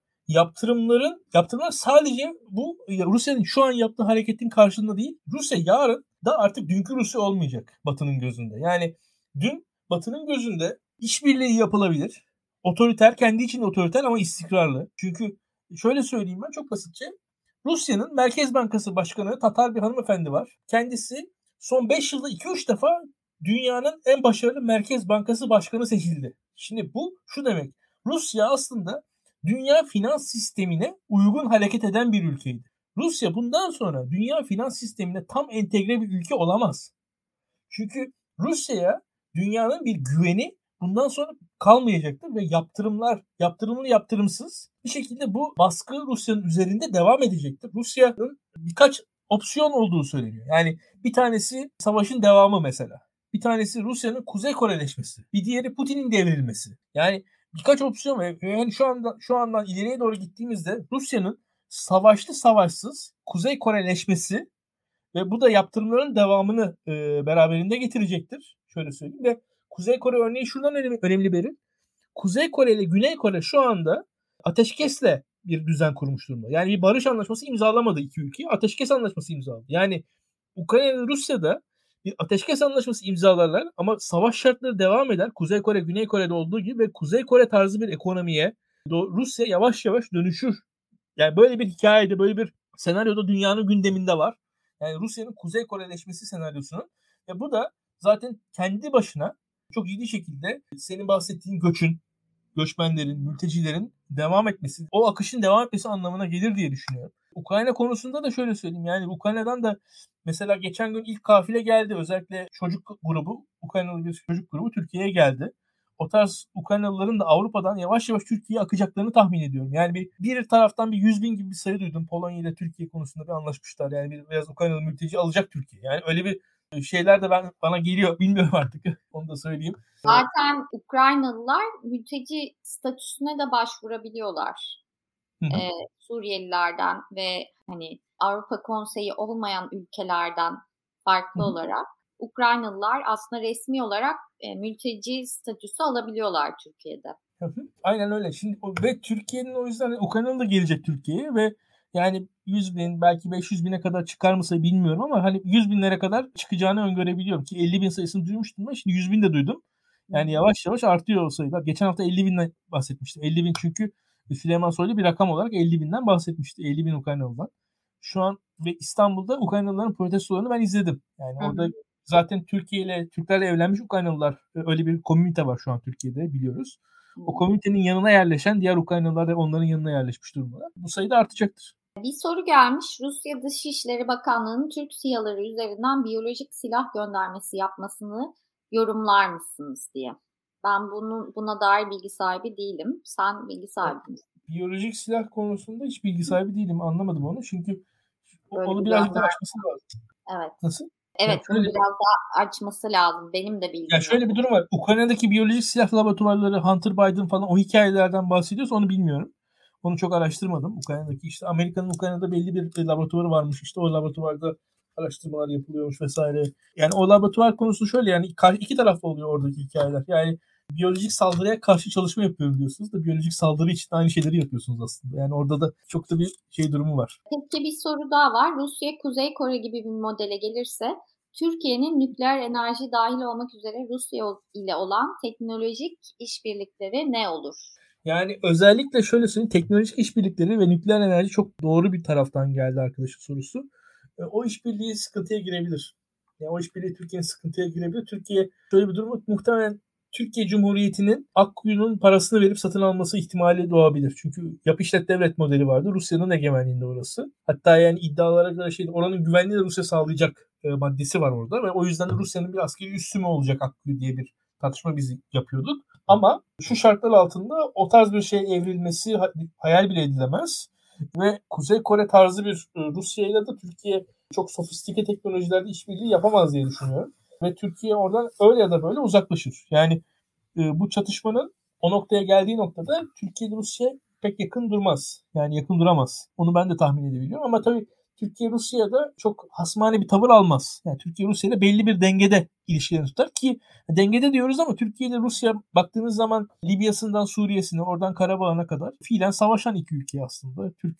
Yaptırımlar sadece Rusya'nın şu an yaptığı hareketin karşılığında değil. Rusya yarın da artık dünkü Rusya olmayacak Batı'nın gözünde. Yani dün Batı'nın gözünde işbirliği yapılabilir. Otoriter, kendi için otoriter ama istikrarlı. Çünkü şöyle söyleyeyim ben çok basitçe. Rusya'nın Merkez Bankası Başkanı Tatar bir hanımefendi var. Kendisi son 5 yılda 2-3 defa dünyanın en başarılı Merkez Bankası Başkanı seçildi. Şimdi bu şu demek. Rusya aslında dünya finans sistemine uygun hareket eden bir ülkeydi. Rusya bundan sonra dünya finans sistemine tam entegre bir ülke olamaz. Çünkü Rusya'ya dünyanın bir güveni bundan sonra kalmayacaktır ve yaptırımlı yaptırımsız bir şekilde bu baskı Rusya'nın üzerinde devam edecektir. Rusya'nın birkaç opsiyon olduğu söyleniyor. Yani bir tanesi savaşın devamı mesela. Bir tanesi Rusya'nın Kuzey Koreleşmesi. Bir diğeri Putin'in devrilmesi. Yani birkaç opsiyon var. Yani şu andan ileriye doğru gittiğimizde Rusya'nın savaşlı savaşsız Kuzey Koreleşmesi ve bu da yaptırımların devamını beraberinde getirecektir. Şöyle söyleyeyim. Ve Kuzey Kore örneği şuradan önemli biri. Kuzey Kore ile Güney Kore şu anda ateşkesle bir düzen kurmuş durumda. Yani bir barış anlaşması imzalamadı iki ülke. Ateşkes anlaşması imzaladı. Yani Ukrayna ve Rusya'da bir ateşkes anlaşması imzalarlar ama savaş şartları devam eder. Kuzey Kore, Güney Kore'de olduğu gibi ve Kuzey Kore tarzı bir ekonomiye Rusya yavaş yavaş dönüşür. Yani böyle bir hikayede, böyle bir senaryoda dünyanın gündeminde var. Yani Rusya'nın Kuzey Koreleşmesi senaryosunun. Bu da zaten kendi başına çok ciddi şekilde senin bahsettiğin göçmenlerin, mültecilerin devam etmesi, o akışın devam etmesi anlamına gelir diye düşünüyorum. Ukrayna konusunda da şöyle söyleyeyim. Yani Ukrayna'dan da mesela geçen gün ilk kafile geldi. Özellikle Ukraynalı bir çocuk grubu Türkiye'ye geldi. O tarz Ukraynalıların da Avrupa'dan yavaş yavaş Türkiye'ye akacaklarını tahmin ediyorum. Yani bir taraftan bir 100 bin gibi bir sayı duydum. Polonya ile Türkiye konusunda bir anlaşmışlar. Yani biraz Ukraynalı mülteci alacak Türkiye. Yani öyle bir şeyler de bana geliyor. Bilmiyorum artık. Onu da söyleyeyim. Zaten Ukraynalılar mülteci statüsüne de başvurabiliyorlar. Suriyelilerden ve hani Avrupa Konseyi olmayan ülkelerden farklı olarak Ukraynalılar aslında resmi olarak mülteci statüsü alabiliyorlar Türkiye'de. Aynen öyle. Şimdi ve Türkiye'nin o yüzden Ukraynalı da gelecek Türkiye'ye ve yani 100 bin belki 500 bine kadar çıkar mı sayı bilmiyorum ama hani 100 binlere kadar çıkacağını öngörebiliyorum ki 50 bin sayısını duymuştum ben. Şimdi 100 bin de duydum. Yani yavaş yavaş artıyor o sayılar. Geçen hafta 50 binden bahsetmiştim. 50 bin çünkü Süleyman Soylu bir rakam olarak 50 binden bahsetmişti. 50 bin Ukraynalı'dan. Şu an ve İstanbul'da Ukraynalıların protestolarını ben izledim. Yani orada zaten Türklerle evlenmiş Ukraynalılar, öyle bir komünite var şu an Türkiye'de biliyoruz. O komünitenin yanına yerleşen diğer Ukraynalılar da onların yanına yerleşmiş durumda. Bu sayı da artacaktır. Bir soru gelmiş. Rusya Dışişleri Bakanlığı'nın Türk SİHA'ları üzerinden biyolojik silah göndermesi yapmasını yorumlar mısınız diye. Ben buna dair bilgi sahibi değilim. Sen bilgi sahibi misin? Biyolojik silah konusunda hiç bilgi sahibi değilim. Anlamadım onu. Çünkü Böyle onu bir birazcık daha gönderme. açması lazım. Evet. Nasıl? Evet, bunu biraz daha açması lazım. Benim de bildiğim. Ya şöyle bir durum var. Ukrayna'daki biyolojik silah laboratuvarları, Hunter Biden falan o hikayelerden bahsediyorsa onu bilmiyorum. Onu çok araştırmadım. Ukrayna'daki işte Amerika'nın Ukrayna'da belli bir laboratuvarı varmış. İşte o laboratuvarda araştırmalar yapılıyormuş vesaire. Yani o laboratuvar konusu şöyle, yani iki taraflı oluyor oradaki hikayeler. Yani biyolojik saldırıya karşı çalışma yapıyorum diyorsunuz da biyolojik saldırı için aynı şeyleri yapıyorsunuz aslında. Yani orada da çok da bir durumu var. Peki bir soru daha var. Rusya, Kuzey Kore gibi bir modele gelirse Türkiye'nin nükleer enerji dahil olmak üzere Rusya ile olan teknolojik işbirlikleri ne olur? Yani özellikle şöyle söyleyeyim, teknolojik işbirlikleri ve nükleer enerji çok doğru bir taraftan geldi arkadaşın sorusu. O işbirliği sıkıntıya girebilir. Yani o işbirliği Türkiye'nin sıkıntıya girebilir. Türkiye şöyle bir durum, muhtemelen Türkiye Cumhuriyeti'nin Akkuyu'nun parasını verip satın alması ihtimali doğabilir. Çünkü yapı işlet devlet modeli vardı. Rusya'nın egemenliğinde orası. Hatta yani iddialara göre oranın güvenliğini de Rusya sağlayacak maddesi var orada ve o yüzden de Rusya'nın bir askeri üssü mü olacak Akkuyu diye bir tartışma biz yapıyorduk. Ama şu şartlar altında o tarz bir şey evrilmesi hayal bile edilemez. Ve Kuzey Kore tarzı bir Rusya ile de Türkiye çok sofistike teknolojilerde işbirliği yapamaz diye düşünüyorum. Ve Türkiye oradan öyle ya da böyle uzaklaşır. Yani bu çatışmanın o noktaya geldiği noktada Türkiye ile Rusya pek yakın durmaz. Yani yakın duramaz. Onu ben de tahmin edebiliyorum. Ama tabii Türkiye Rusya'da çok hasmane bir tavır almaz. Yani Türkiye Rusya ile belli bir dengede ilişkilerini tutar ki dengede diyoruz ama Türkiye ile Rusya baktığınız zaman Libya'sından Suriye'sine, oradan Karabağ'a kadar fiilen savaşan iki ülke aslında. Türk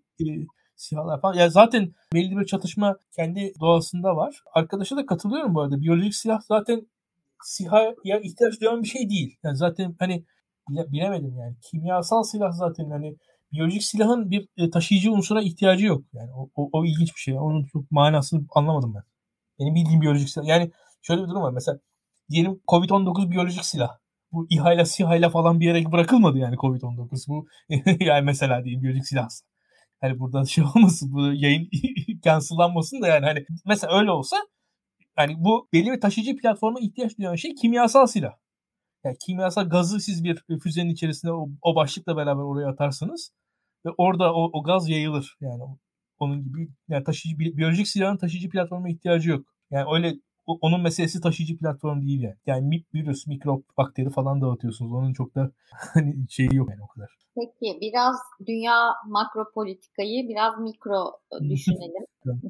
SİHA'lar falan. Yani zaten belli bir çatışma kendi doğasında var. Arkadaşa da katılıyorum bu arada. Biyolojik silah zaten SİHA'ya ihtiyaç duyan bir şey değil. Yani zaten hani bilemedim yani. Kimyasal silah zaten hani biyolojik silahın bir taşıyıcı unsura ihtiyacı yok. Yani o ilginç bir şey. Onun çok manasını anlamadım ben. Benim bildiğim biyolojik silah. Yani şöyle bir durum var. Mesela diyelim Covid-19 biyolojik silah. Bu İHA'yla SİHA'yla falan bir yere bırakılmadı yani Covid-19. Bu yani mesela diyeyim biyolojik silah. Hani burada şey olmasın, bu yayın cancellanmasın da yani hani mesela öyle olsa yani bu belli bir taşıyıcı platforma ihtiyaç duyan şey kimyasal silah. Yani kimyasal gazı siz bir füzenin içerisinde o başlıkla beraber oraya atarsınız ve orada o gaz yayılır. Yani onun gibi yani taşıyıcı biyolojik silahın taşıyıcı platforma ihtiyacı yok. Yani öyle onun meselesi taşıyıcı platform değil yani. Yani virüs, mikrop, bakteri falan dağıtıyorsunuz. Onun çok da hani şeyi yok yani o kadar. Peki biraz dünya makro politikayı biraz mikro düşünelim.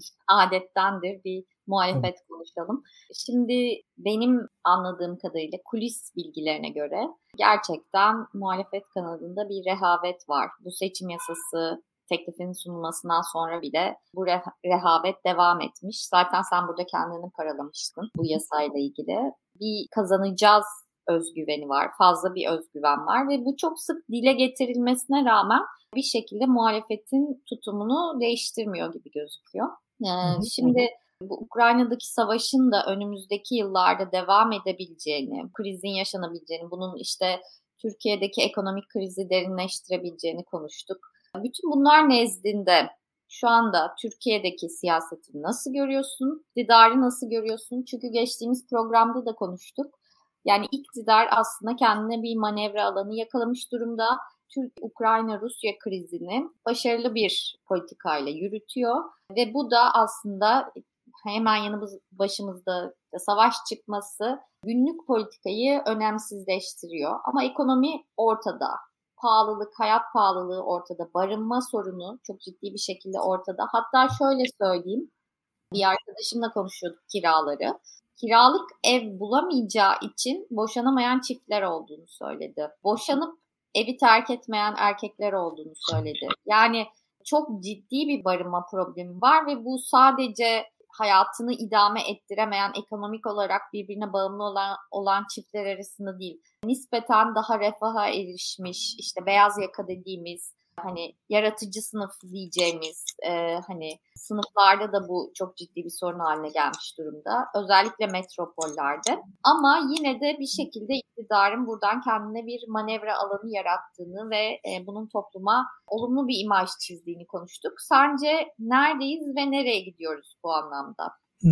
Adettendir bir muhalefet konuşalım. Şimdi benim anladığım kadarıyla kulis bilgilerine göre gerçekten muhalefet kanadında bir rehavet var. Bu seçim yasası teklifinin sunulmasından sonra bile bu rehavet devam etmiş. Zaten sen burada kendini paralamıştın bu yasayla ilgili. Bir kazanacağız özgüveni var, fazla bir özgüven var ve bu çok sık dile getirilmesine rağmen bir şekilde muhalefetin tutumunu değiştirmiyor gibi gözüküyor. Şimdi bu Ukrayna'daki savaşın da önümüzdeki yıllarda devam edebileceğini, krizin yaşanabileceğini, bunun işte Türkiye'deki ekonomik krizi derinleştirebileceğini konuştuk. Bütün bunlar nezdinde şu anda Türkiye'deki siyaseti nasıl görüyorsun? İktidarı nasıl görüyorsun? Çünkü geçtiğimiz programda da konuştuk. Yani iktidar aslında kendine bir manevra alanı yakalamış durumda. Ukrayna-Rusya krizini başarılı bir politikayla yürütüyor ve bu da aslında hemen yanımız başımızda savaş çıkması günlük politikayı önemsizleştiriyor. Ama ekonomi ortada. Pahalılık, hayat pahalılığı ortada. Barınma sorunu çok ciddi bir şekilde ortada. Hatta şöyle söyleyeyim, bir arkadaşımla konuşuyorduk kiraları. Kiralık ev bulamayacağı için boşanamayan çiftler olduğunu söyledi. Boşanıp evi terk etmeyen erkekler olduğunu söyledi. Yani çok ciddi bir barınma problemi var ve bu sadece hayatını idame ettiremeyen, ekonomik olarak birbirine bağımlı olan çiftler arasında değil. Nispeten daha refaha erişmiş, işte beyaz yaka dediğimiz, hani yaratıcı sınıf diyeceğimiz hani sınıflarda da bu çok ciddi bir sorun haline gelmiş durumda. Özellikle metropollerde. Ama yine de bir şekilde iktidarın buradan kendine bir manevra alanı yarattığını ve bunun topluma olumlu bir imaj çizdiğini konuştuk. Sence neredeyiz ve nereye gidiyoruz bu anlamda?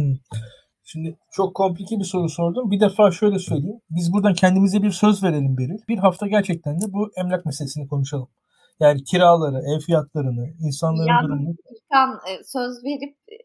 Şimdi çok komplike bir soru sordum. Bir defa şöyle söyleyeyim. Biz buradan kendimize bir söz verelim Beril. Bir hafta gerçekten de bu emlak meselesini konuşalım. Yani kiraları, ev fiyatlarını, insanların durumunu. İlkan söz verip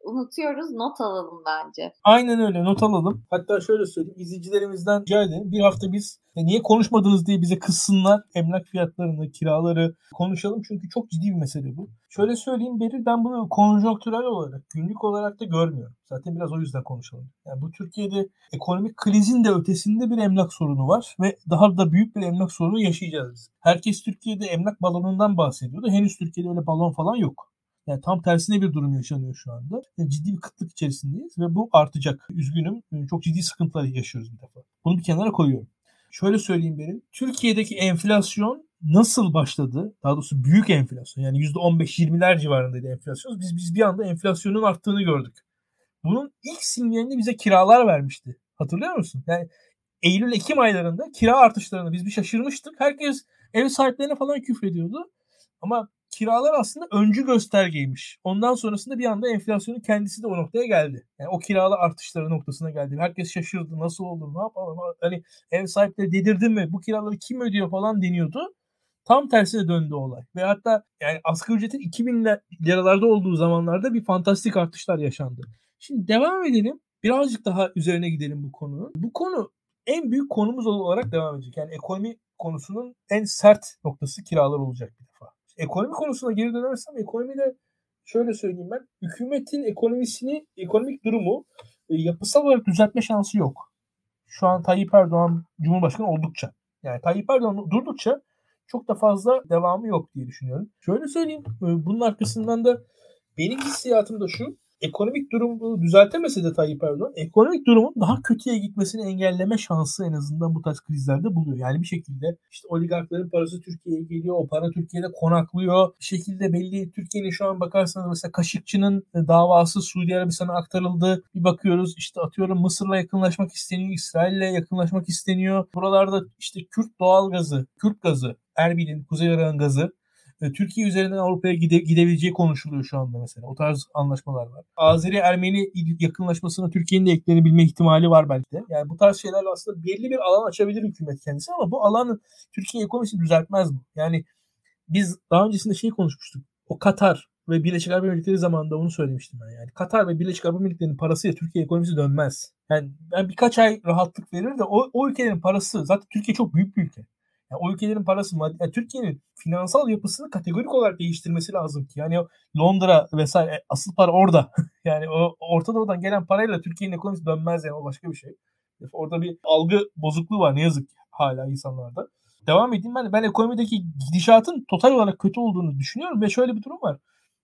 unutuyoruz. Not alalım bence. Aynen öyle, not alalım. Hatta şöyle söyleyeyim, izleyicilerimizden rica edelim. Bir hafta biz niye konuşmadınız diye bize kızsınlar. Emlak fiyatlarını, kiraları konuşalım. Çünkü çok ciddi bir mesele bu. Şöyle söyleyeyim Beril, ben bunu konjonktürel olarak, günlük olarak da görmüyorum. Zaten biraz o yüzden konuşalım. Yani bu Türkiye'de ekonomik krizin de ötesinde bir emlak sorunu var. Ve daha da büyük bir emlak sorunu yaşayacağız biz. Herkes Türkiye'de emlak balonundan bahsediyordu. Henüz Türkiye'de öyle balon falan yok. Yani tam tersine bir durum yaşanıyor şu anda. Yani ciddi bir kıtlık içerisindeyiz ve bu artacak. Üzgünüm. Çok ciddi sıkıntılar yaşıyoruz bir defa. Bunu bir kenara koyuyorum. Şöyle söyleyeyim benim. Türkiye'deki enflasyon nasıl başladı? Daha doğrusu büyük enflasyon. Yani %15-20'ler civarındaydı enflasyon. Biz bir anda enflasyonun arttığını gördük. Bunun ilk sinyalini bize kiralar vermişti. Hatırlıyor musun? Yani Eylül-Ekim aylarında kira artışlarını biz bir şaşırmıştık. Herkes ev sahiplerine falan küfrediyordu. Ama kiralar aslında öncü göstergeymiş. Ondan sonrasında bir anda enflasyonun kendisi de o noktaya geldi. Yani o kiralar artışları noktasına geldi. Herkes şaşırdı. Nasıl olur? Ne yapalım? Hani ev sahipleri delirdi mi? Bu kiraları kim ödüyor falan deniyordu. Tam tersine döndü olay. Ve hatta yani asgari ücretin 2000 liralarda olduğu zamanlarda bir fantastik artışlar yaşandı. Şimdi devam edelim. Birazcık daha üzerine gidelim bu konunun. Bu konu en büyük konumuz olarak devam edecek. Yani ekonomi konusunun en sert noktası kiralar olacak bir defa. Ekonomi konusuna geri dönersem ekonomide şöyle söyleyeyim ben. Hükümetin ekonomik durumu yapısal olarak düzeltme şansı yok. Şu an Tayyip Erdoğan Cumhurbaşkanı oldukça. Yani Tayyip Erdoğan durdukça çok da fazla devamı yok diye düşünüyorum. Şöyle söyleyeyim. Bunun arkasından da benim hissiyatım da şu. Ekonomik durumu düzeltemese de Tayyip Erdoğan ekonomik durumun daha kötüye gitmesini engelleme şansı en azından bu tarz krizlerde buluyor. Yani bir şekilde işte oligarkların parası Türkiye'ye geliyor. O para Türkiye'de konaklıyor. Bir şekilde belli Türkiye'nin şu an bakarsanız mesela Kaşıkçı'nın davası Suudi Arabistan'a aktarıldı. Bir bakıyoruz işte atıyorum Mısır'la yakınlaşmak isteniyor. İsrail'le yakınlaşmak isteniyor. Buralarda işte Kürt doğalgazı, Kürt gazı, Erbil'in, Kuzey Irak'ın gazı Türkiye üzerinden Avrupa'ya gidebileceği konuşuluyor şu anda mesela. O tarz anlaşmalar var. Azeri-Ermeni yakınlaşmasına Türkiye'nin de eklenebilme ihtimali var belki de. Yani bu tarz şeylerle aslında belli bir alan açabilir hükümet kendisi ama bu alanı Türkiye ekonomisini düzeltmez bu. Yani biz daha öncesinde konuşmuştuk. O Katar ve Birleşik Arap Emirlikleri zamanında onu söylemiştim ben. Yani Katar ve Birleşik Arap Emirlikleri'nin parasıyla Türkiye ekonomisi dönmez. Yani ben birkaç ay rahatlık verir de o ülkelerin parası zaten Türkiye çok büyük bir ülke. Yani o ülkelerin parası yani Türkiye'nin finansal yapısını kategorik olarak değiştirmesi lazım ki. Yani Londra vesaire asıl para orada. Yani o Orta Doğu'dan gelen parayla Türkiye'nin ekonomisi dönmez yani o başka bir şey. Orada bir algı bozukluğu var ne yazık ki hala insanlarda. Devam edeyim ben ekonomideki gidişatın total olarak kötü olduğunu düşünüyorum ve şöyle bir durum var.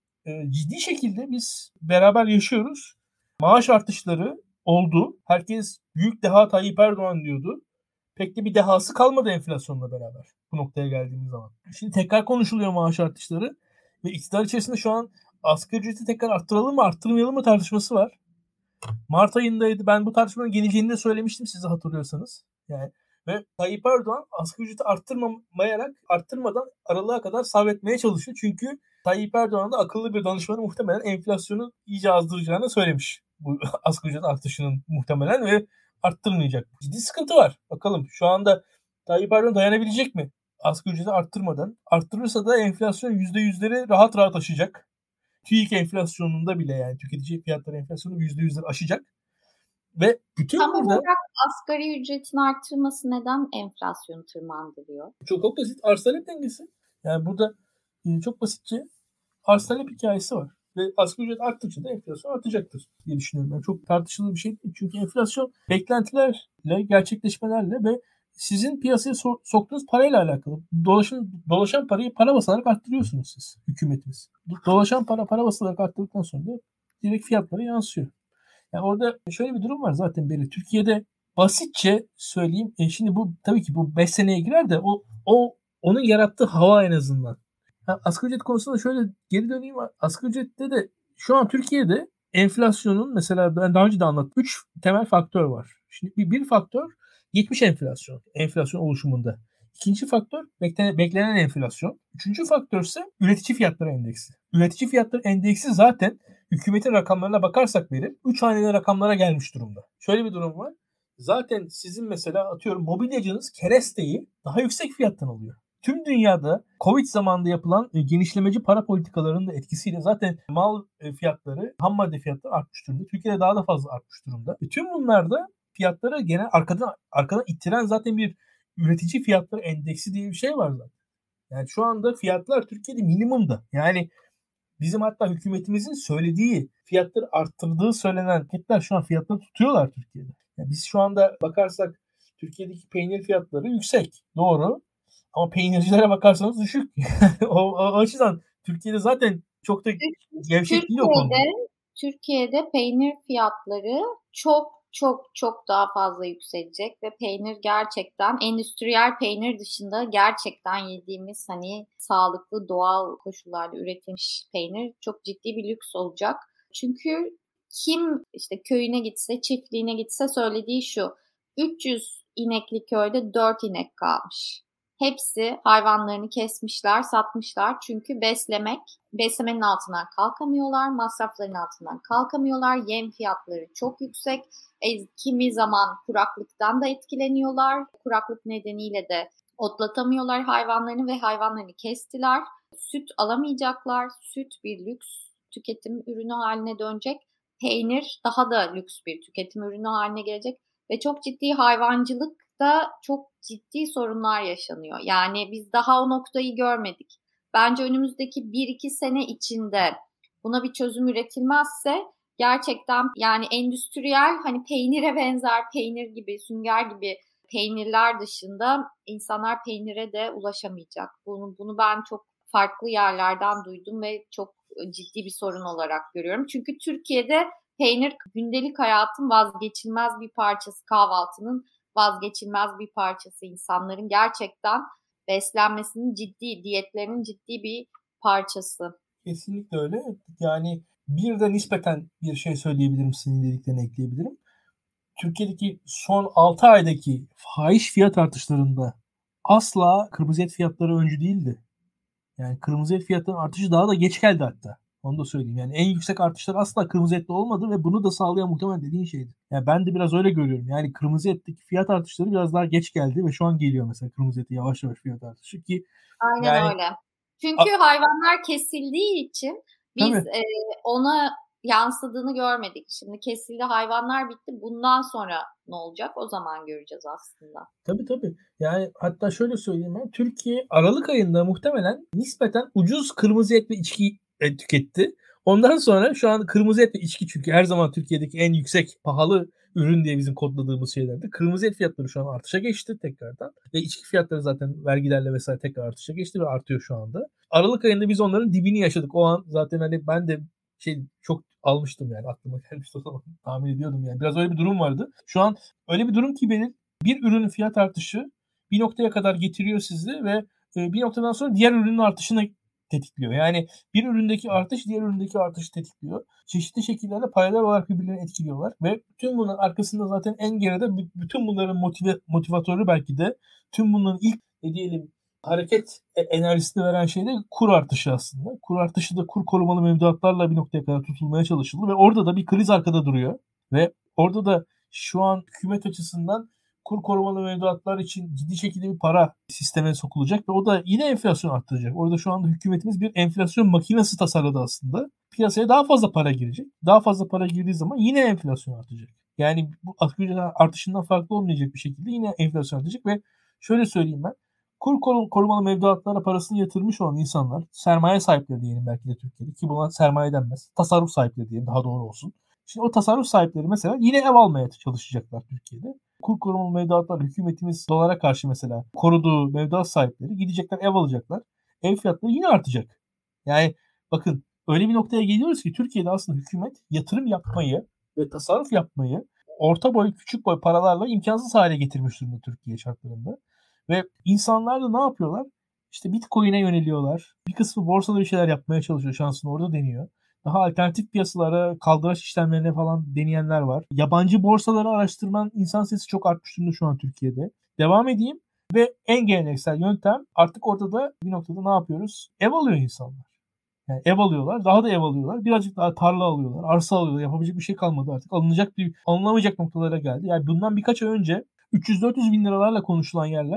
Ciddi şekilde biz beraber yaşıyoruz. Maaş artışları oldu. Herkes büyük deha Tayyip Erdoğan diyordu. Pek de bir dehası kalmadı enflasyonla beraber bu noktaya geldiğimiz zaman. Şimdi tekrar konuşuluyor maaş artışları ve iktidar içerisinde şu an asgari ücreti tekrar arttıralım mı arttırmayalım mı tartışması var. Mart ayındaydı. Ben bu tartışmanın geleceğini de söylemiştim size hatırlıyorsanız. Yani ve Tayyip Erdoğan asgari ücreti arttırmadan aralığa kadar sabretmeye çalışıyor. Çünkü Tayyip Erdoğan da akıllı bir danışmanı muhtemelen enflasyonu iyice azdıracağını söylemiş. Bu asgari ücret artışının muhtemelen ve arttırmayacak. Ciddi sıkıntı var. Bakalım şu anda Tayyip Erdoğan dayanabilecek mi? Asgari ücreti arttırmadan. Arttırırsa da enflasyon %100'leri rahat rahat aşacak. TÜİK enflasyonunda bile yani tüketici fiyatları enflasyonu %100'leri aşacak. Ve bütün tam burada olarak asgari ücretin artırması neden enflasyonu tırmandırıyor? çok basit arz talep dengesi. Yani burada çok basitçe arz talep hikayesi var. Ve asgari ücret arttıkça da enflasyon artacaktır diye düşünüyorum. Yani çok tartışılı bir şey değil. Çünkü enflasyon beklentilerle, gerçekleşmelerle ve sizin piyasaya soktuğunuz parayla alakalı. Dolaşan parayı para basarak arttırıyorsunuz siz, hükümetiniz. Dolaşan para basarak arttırdıktan sonra da direkt fiyatlara yansıyor. Yani orada şöyle bir durum var zaten belli. Türkiye'de basitçe söyleyeyim. Şimdi bu tabii ki bu 5 seneye girer de onun yarattığı hava en azından. Asgari ücret konusunda şöyle geri döneyim. Asgari ücrette de şu an Türkiye'de enflasyonun mesela ben daha önce de anlattım. 3 temel faktör var. Şimdi bir faktör geçmiş enflasyon. Enflasyon oluşumunda. İkinci faktör beklenen enflasyon. Üçüncü faktör ise üretici fiyatları endeksi. Üretici fiyatları endeksi zaten hükümetin rakamlarına bakarsak verir 3 haneli rakamlara gelmiş durumda. Şöyle bir durum var. Zaten sizin mesela atıyorum mobilyacınız keresteyi daha yüksek fiyattan alıyor. Tüm dünyada Covid zamanında yapılan genişlemeci para politikalarının da etkisiyle zaten mal fiyatları, ham madde fiyatları artmış durumda. Türkiye'de daha da fazla artmış durumda. Tüm bunlarda fiyatları gene arkadan ittiren zaten bir üretici fiyatları endeksi diye bir şey var zaten. Yani şu anda fiyatlar Türkiye'de minimumda. Yani bizim hatta hükümetimizin söylediği fiyatları arttırdığı söylenen şirketler şu an fiyatları tutuyorlar Türkiye'de. Yani biz şu anda bakarsak Türkiye'deki peynir fiyatları yüksek. Doğru. Ama peynircilere bakarsanız düşük. o açıdan Türkiye'de zaten çok da gevşek değil o konuda. Türkiye'de peynir fiyatları çok daha fazla yükselecek ve peynir gerçekten endüstriyel peynir dışında gerçekten yediğimiz hani sağlıklı doğal koşullarda üretilmiş peynir çok ciddi bir lüks olacak. Çünkü kim işte köyüne gitse, çiftliğine gitse söylediği şu: 300 inekli köyde 4 inek kalmış. Hepsi hayvanlarını kesmişler, satmışlar çünkü beslemenin altından kalkamıyorlar, masrafların altından kalkamıyorlar, yem fiyatları çok yüksek. Kimi zaman kuraklıktan da etkileniyorlar. Kuraklık nedeniyle de otlatamıyorlar hayvanlarını ve hayvanlarını kestiler. Süt alamayacaklar. Süt bir lüks tüketim ürünü haline dönecek. Peynir daha da lüks bir tüketim ürünü haline gelecek ve çok ciddi hayvancılıkta çok ciddi sorunlar yaşanıyor. Yani biz daha o noktayı görmedik. Bence önümüzdeki 1-2 sene içinde buna bir çözüm üretilmezse gerçekten yani endüstriyel hani peynire benzer peynir gibi, sünger gibi peynirler dışında insanlar peynire de ulaşamayacak. Bunu ben çok farklı yerlerden duydum ve çok ciddi bir sorun olarak görüyorum. Çünkü Türkiye'de peynir gündelik hayatın vazgeçilmez bir parçası, kahvaltının vazgeçilmez bir parçası. İnsanların gerçekten beslenmesinin ciddi, diyetlerinin ciddi bir parçası. Kesinlikle öyle. Yani bir de nispeten bir şey söyleyebilirim, senin dediklerine ekleyebilirim. Türkiye'deki son 6 aydaki fahiş fiyat artışlarında asla kırmızı et fiyatları öncü değildi. Yani kırmızı et fiyatlarının artışı daha da geç geldi hatta. Onu da söyleyeyim. Yani en yüksek artışlar asla kırmızı ette olmadı ve bunu da sağlayan muhtemelen dediğin şeydi. Yani ben de biraz öyle görüyorum. Yani kırmızı etteki fiyat artışları biraz daha geç geldi ve şu an geliyor mesela kırmızı eti yavaş yavaş fiyat artışı ki Aynen yani öyle. Çünkü hayvanlar kesildiği için biz tabii. ona yansıdığını görmedik. Şimdi kesildi, hayvanlar bitti. Bundan sonra ne olacak? O zaman göreceğiz aslında. Tabii. Yani hatta şöyle söyleyeyim ben. Türkiye Aralık ayında muhtemelen nispeten ucuz kırmızı et ve içki tüketti. Ondan sonra şu an kırmızı et ve içki, çünkü her zaman Türkiye'deki en yüksek pahalı ürün diye bizim kodladığımız şeylerdi. Kırmızı et fiyatları şu an artışa geçti tekrardan. Ve içki fiyatları zaten vergilerle vesaire tekrar artışa geçti ve artıyor şu anda. Aralık ayında biz onların dibini yaşadık. O an zaten hani ben de çok almıştım, yani aklıma gelmişti o zaman. Tahmin ediyordum yani. Biraz öyle bir durum vardı. Şu an öyle bir durum ki bir ürünün fiyat artışı bir noktaya kadar getiriyor sizi ve bir noktadan sonra diğer ürünün artışını tetikliyor. Yani bir üründeki artış diğer üründeki artışı tetikliyor. Çeşitli şekillerde paralel olarak birbirlerini etkiliyorlar ve tüm bunun arkasında zaten en geride bütün bunların motivatörü belki de tüm bunların ilk diyelim hareket enerjisini veren şey de kur artışı aslında. Kur artışı da kur korumalı mevduatlarla bir noktaya kadar tutulmaya çalışıldı ve orada da bir kriz arkada duruyor ve orada da şu an hükümet açısından kur korumalı mevduatlar için ciddi şekilde bir para sisteme sokulacak ve o da yine enflasyon arttıracak. Orada şu anda hükümetimiz bir enflasyon makinesi tasarladı aslında. Piyasaya daha fazla para girecek. Daha fazla para girdiği zaman yine enflasyon artacak. Yani bu asgari ücret artışından farklı olmayacak bir şekilde yine enflasyon artacak ve şöyle söyleyeyim ben. Kur korumalı mevduatlara parasını yatırmış olan insanlar, sermaye sahipleri diyelim belki de Türkiye'de, ki buna sermaye denmez. Tasarruf sahipleri diyelim, daha doğru olsun. Şimdi o tasarruf sahipleri mesela yine ev almaya çalışacaklar Türkiye'de. Kur korumalı mevduatlar, hükümetimiz dolara karşı mesela koruduğu mevduat sahipleri gidecekler, ev alacaklar. Ev fiyatları yine artacak. Yani bakın, öyle bir noktaya geliyoruz ki Türkiye'de aslında hükümet yatırım yapmayı ve tasarruf yapmayı orta boy, küçük boy paralarla imkansız hale getirmiş durumda Türkiye şartlarında. Ve insanlar da ne yapıyorlar? İşte Bitcoin'e yöneliyorlar. Bir kısmı borsada bir şeyler yapmaya çalışıyor. Şansını orada deniyor. Daha alternatif piyasalara, kaldıraç işlemlerine falan deneyenler var. Yabancı borsaları araştırman insan sayısı çok artmış durumda şu an Türkiye'de. Devam edeyim. Ve en geleneksel yöntem artık orada da bir noktada ne yapıyoruz? Ev alıyor insanlar. Yani ev alıyorlar. Daha da ev alıyorlar. Birazcık daha tarla alıyorlar. Arsa alıyorlar. Yapabilecek bir şey kalmadı artık. Alınamayacak noktalara geldi. Yani bundan birkaç ay önce 300-400 bin liralarla konuşulan yerler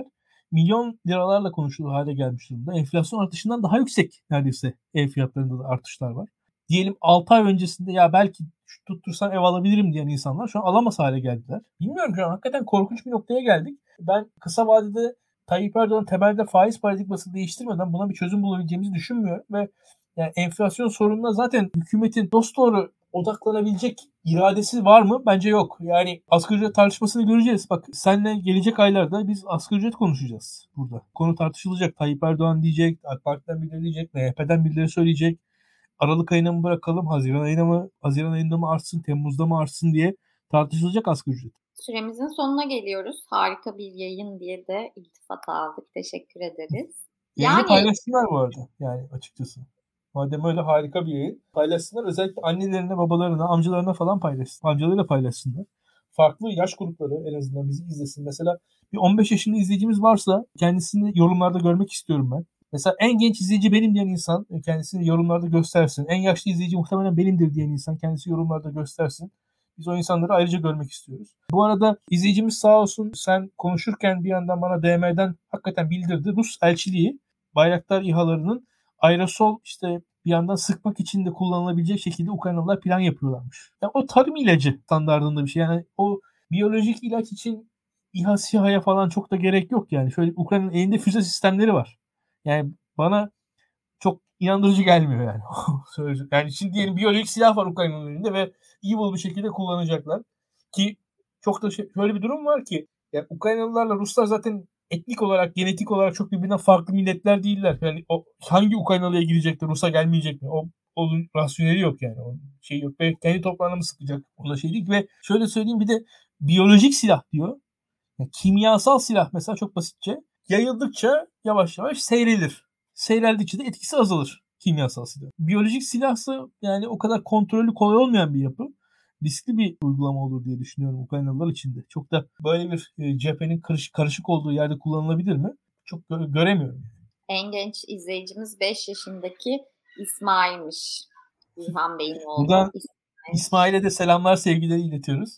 milyon liralarla konuşulur hale gelmiş durumda. Enflasyon artışından daha yüksek neredeyse ev fiyatlarında da artışlar var. Diyelim 6 ay öncesinde ya belki tuttursam ev alabilirim diyen insanlar şu an alamaz hale geldiler. Bilmiyorum, şu an hakikaten korkunç bir noktaya geldik. Ben kısa vadede Tayyip Erdoğan temelde faiz paradigmasını değiştirmeden buna bir çözüm bulabileceğimizi düşünmüyorum ve yani enflasyon sorununa zaten hükümetin dosdoğru odaklanabilecek iradesi var mı? Bence yok. Yani asgari ücret tartışmasını göreceğiz. Bak seninle gelecek aylarda biz asgari ücret konuşacağız burada. Konu tartışılacak. Tayyip Erdoğan diyecek, AK Parti'den birileri diyecek, MHP'den birileri söyleyecek. Aralık ayına mı bırakalım, Haziran ayında mı artsın, Temmuz'da mı artsın diye tartışılacak asgari ücret. Süremizin sonuna geliyoruz. Harika bir yayın diye de iltifat aldık. Teşekkür ederiz. Yayını paylaşsınlar bu arada yani açıkçası. Madem öyle harika bir yayın, paylaşsınlar. Özellikle annelerine, babalarına, amcalarına falan paylaşsın. Amcalarıyla paylaşsınlar. Farklı yaş grupları en azından bizi izlesin. Mesela bir 15 yaşında izleyicimiz varsa kendisini yorumlarda görmek istiyorum ben. Mesela en genç izleyici benim diyen insan kendisini yorumlarda göstersin. En yaşlı izleyici muhtemelen benimdir diyen insan kendisi yorumlarda göstersin. Biz o insanları ayrıca görmek istiyoruz. Bu arada izleyicimiz sağ olsun, sen konuşurken bir yandan bana DM'den hakikaten bildirdi. Rus elçiliği Bayraktar İHA'larının aerosol işte bir yandan sıkmak için de kullanılabilecek şekilde Ukraynalılar plan yapıyorlarmış. Yani o tarım ilacı standardında bir şey. Yani o biyolojik ilaç için İHA, SİHA'ya falan çok da gerek yok yani. Şöyle Ukrayna'nın elinde füze sistemleri var. Yani bana çok inandırıcı gelmiyor yani. Yani şimdi diyelim biyolojik silah var Ukrayna'nın elinde ve evil bir şekilde kullanacaklar. Ki çok da şöyle bir durum var ki yani Ukraynalılarla Ruslar zaten etnik olarak, genetik olarak çok birbirinden farklı milletler değiller. Yani o hangi Ukraynalıya gidecek de Rus'a gelmeyecek mi? Onun rasyoneli yok yani. Onun şey yok. Ve kendi toprağına mı sıkacak? Ona şey değil. Ve şöyle söyleyeyim, bir de biyolojik silah diyor. Yani kimyasal silah mesela çok basitçe yayıldıkça yavaş yavaş seyrelir. Seyreldikçe de etkisi azalır kimyasal silah. Biyolojik silahsa yani o kadar kontrolü kolay olmayan bir yapı. Riskli bir uygulama olur diye düşünüyorum Ukraynalılar için de. Çok da böyle bir cephenin karışık olduğu yerde kullanılabilir mi? Çok göremiyorum. En genç izleyicimiz 5 yaşındaki İsmail'miş. İlhan Bey'in oğlu. Buradan İsmail'e de selamlar, sevgileri iletiyoruz.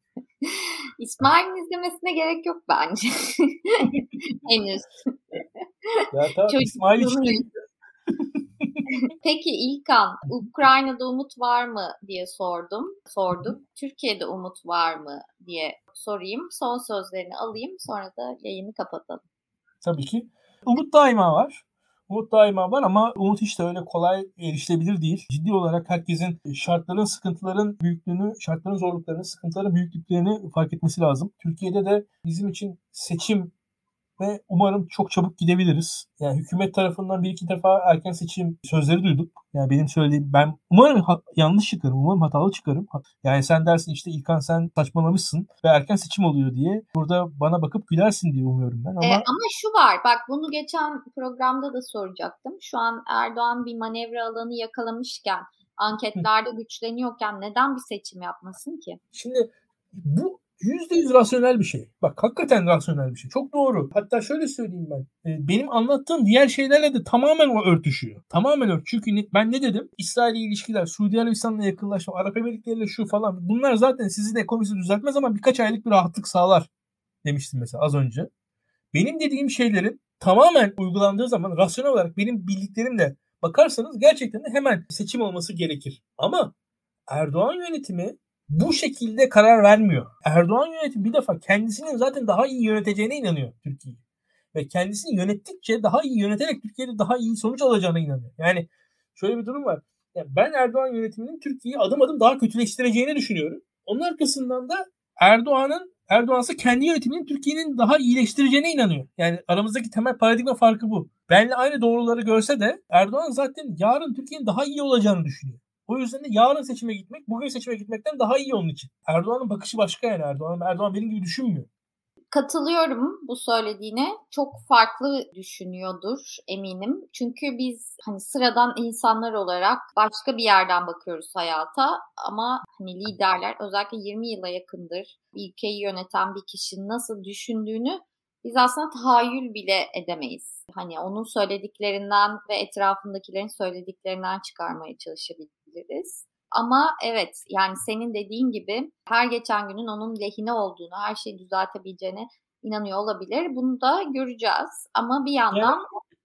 İsmail'in izlemesine gerek yok bence. Henüz. Ya tamam, İsmail için. Peki İlkan, Ukrayna'da umut var mı diye sorduk. Türkiye'de umut var mı diye sorayım. Son sözlerini alayım, sonra da yayını kapatalım. Tabii ki. Umut daima var. Umut daima var ama umut hiç de öyle kolay erişilebilir değil. Ciddi olarak herkesin şartların, sıkıntıların büyüklüğünü, şartların zorluklarını, sıkıntıların büyüklüklerini fark etmesi lazım. Türkiye'de de bizim için seçim ve umarım çok çabuk gidebiliriz. Yani hükümet tarafından bir iki defa erken seçim sözleri duyduk. Yani benim söylediğim, ben umarım yanlış çıkarım, umarım hatalı çıkarım. Yani sen dersin işte İlkan sen saçmalamışsın ve erken seçim oluyor diye. Burada bana bakıp gülersin diye umuyorum ben ama... Ama şu var, bak bunu geçen programda da soracaktım. Şu an Erdoğan bir manevra alanı yakalamışken, anketlerde güçleniyorken neden bir seçim yapmasın ki? Şimdi bu %100 rasyonel bir şey. Bak hakikaten rasyonel bir şey. Çok doğru. Hatta şöyle söyleyeyim ben. Benim anlattığım diğer şeylerle de tamamen o örtüşüyor. Tamamen örtüşüyor. Çünkü ben ne dedim? İsrail'le ilişkiler, Suudi Arabistan'la yakınlaşma, Arap Emirlikleri'yle şu falan. Bunlar zaten sizin ekonominizi düzeltmez ama birkaç aylık bir rahatlık sağlar demiştim mesela az önce. Benim dediğim şeylerin tamamen uygulandığı zaman rasyonel olarak benim bildiklerimle bakarsanız gerçekten de hemen seçim olması gerekir. Ama Erdoğan yönetimi bu şekilde karar vermiyor. Erdoğan yönetimi bir defa kendisinin zaten daha iyi yöneteceğine inanıyor Türkiye'yi. Ve kendisini yönettikçe daha iyi yöneterek Türkiye'de daha iyi sonuç alacağına inanıyor. Yani şöyle bir durum var. Yani ben Erdoğan yönetiminin Türkiye'yi adım adım daha kötüleştireceğini düşünüyorum. Onun arkasından da Erdoğan'sa kendi yönetiminin Türkiye'nin daha iyileştireceğine inanıyor. Yani aramızdaki temel paradigma farkı bu. Benle aynı doğruları görse de Erdoğan zaten yarın Türkiye'nin daha iyi olacağını düşünüyor. O yüzden de yarın seçime gitmek, bugün seçime gitmekten daha iyi onun için. Erdoğan'ın bakışı başka yani. Erdoğan benim gibi düşünmüyor. Katılıyorum bu söylediğine. Çok farklı düşünüyordur eminim. Çünkü biz hani sıradan insanlar olarak başka bir yerden bakıyoruz hayata ama hani liderler özellikle 20 yıla yakındır ülkeyi yöneten bir kişinin nasıl düşündüğünü biz aslında tahayyül bile edemeyiz. Hani onun söylediklerinden ve etrafındakilerin söylediklerinden çıkarmaya çalışabiliriz. Ama evet yani senin dediğin gibi her geçen günün onun lehine olduğunu, her şeyi düzeltebileceğini inanıyor olabilir. Bunu da göreceğiz ama bir yandan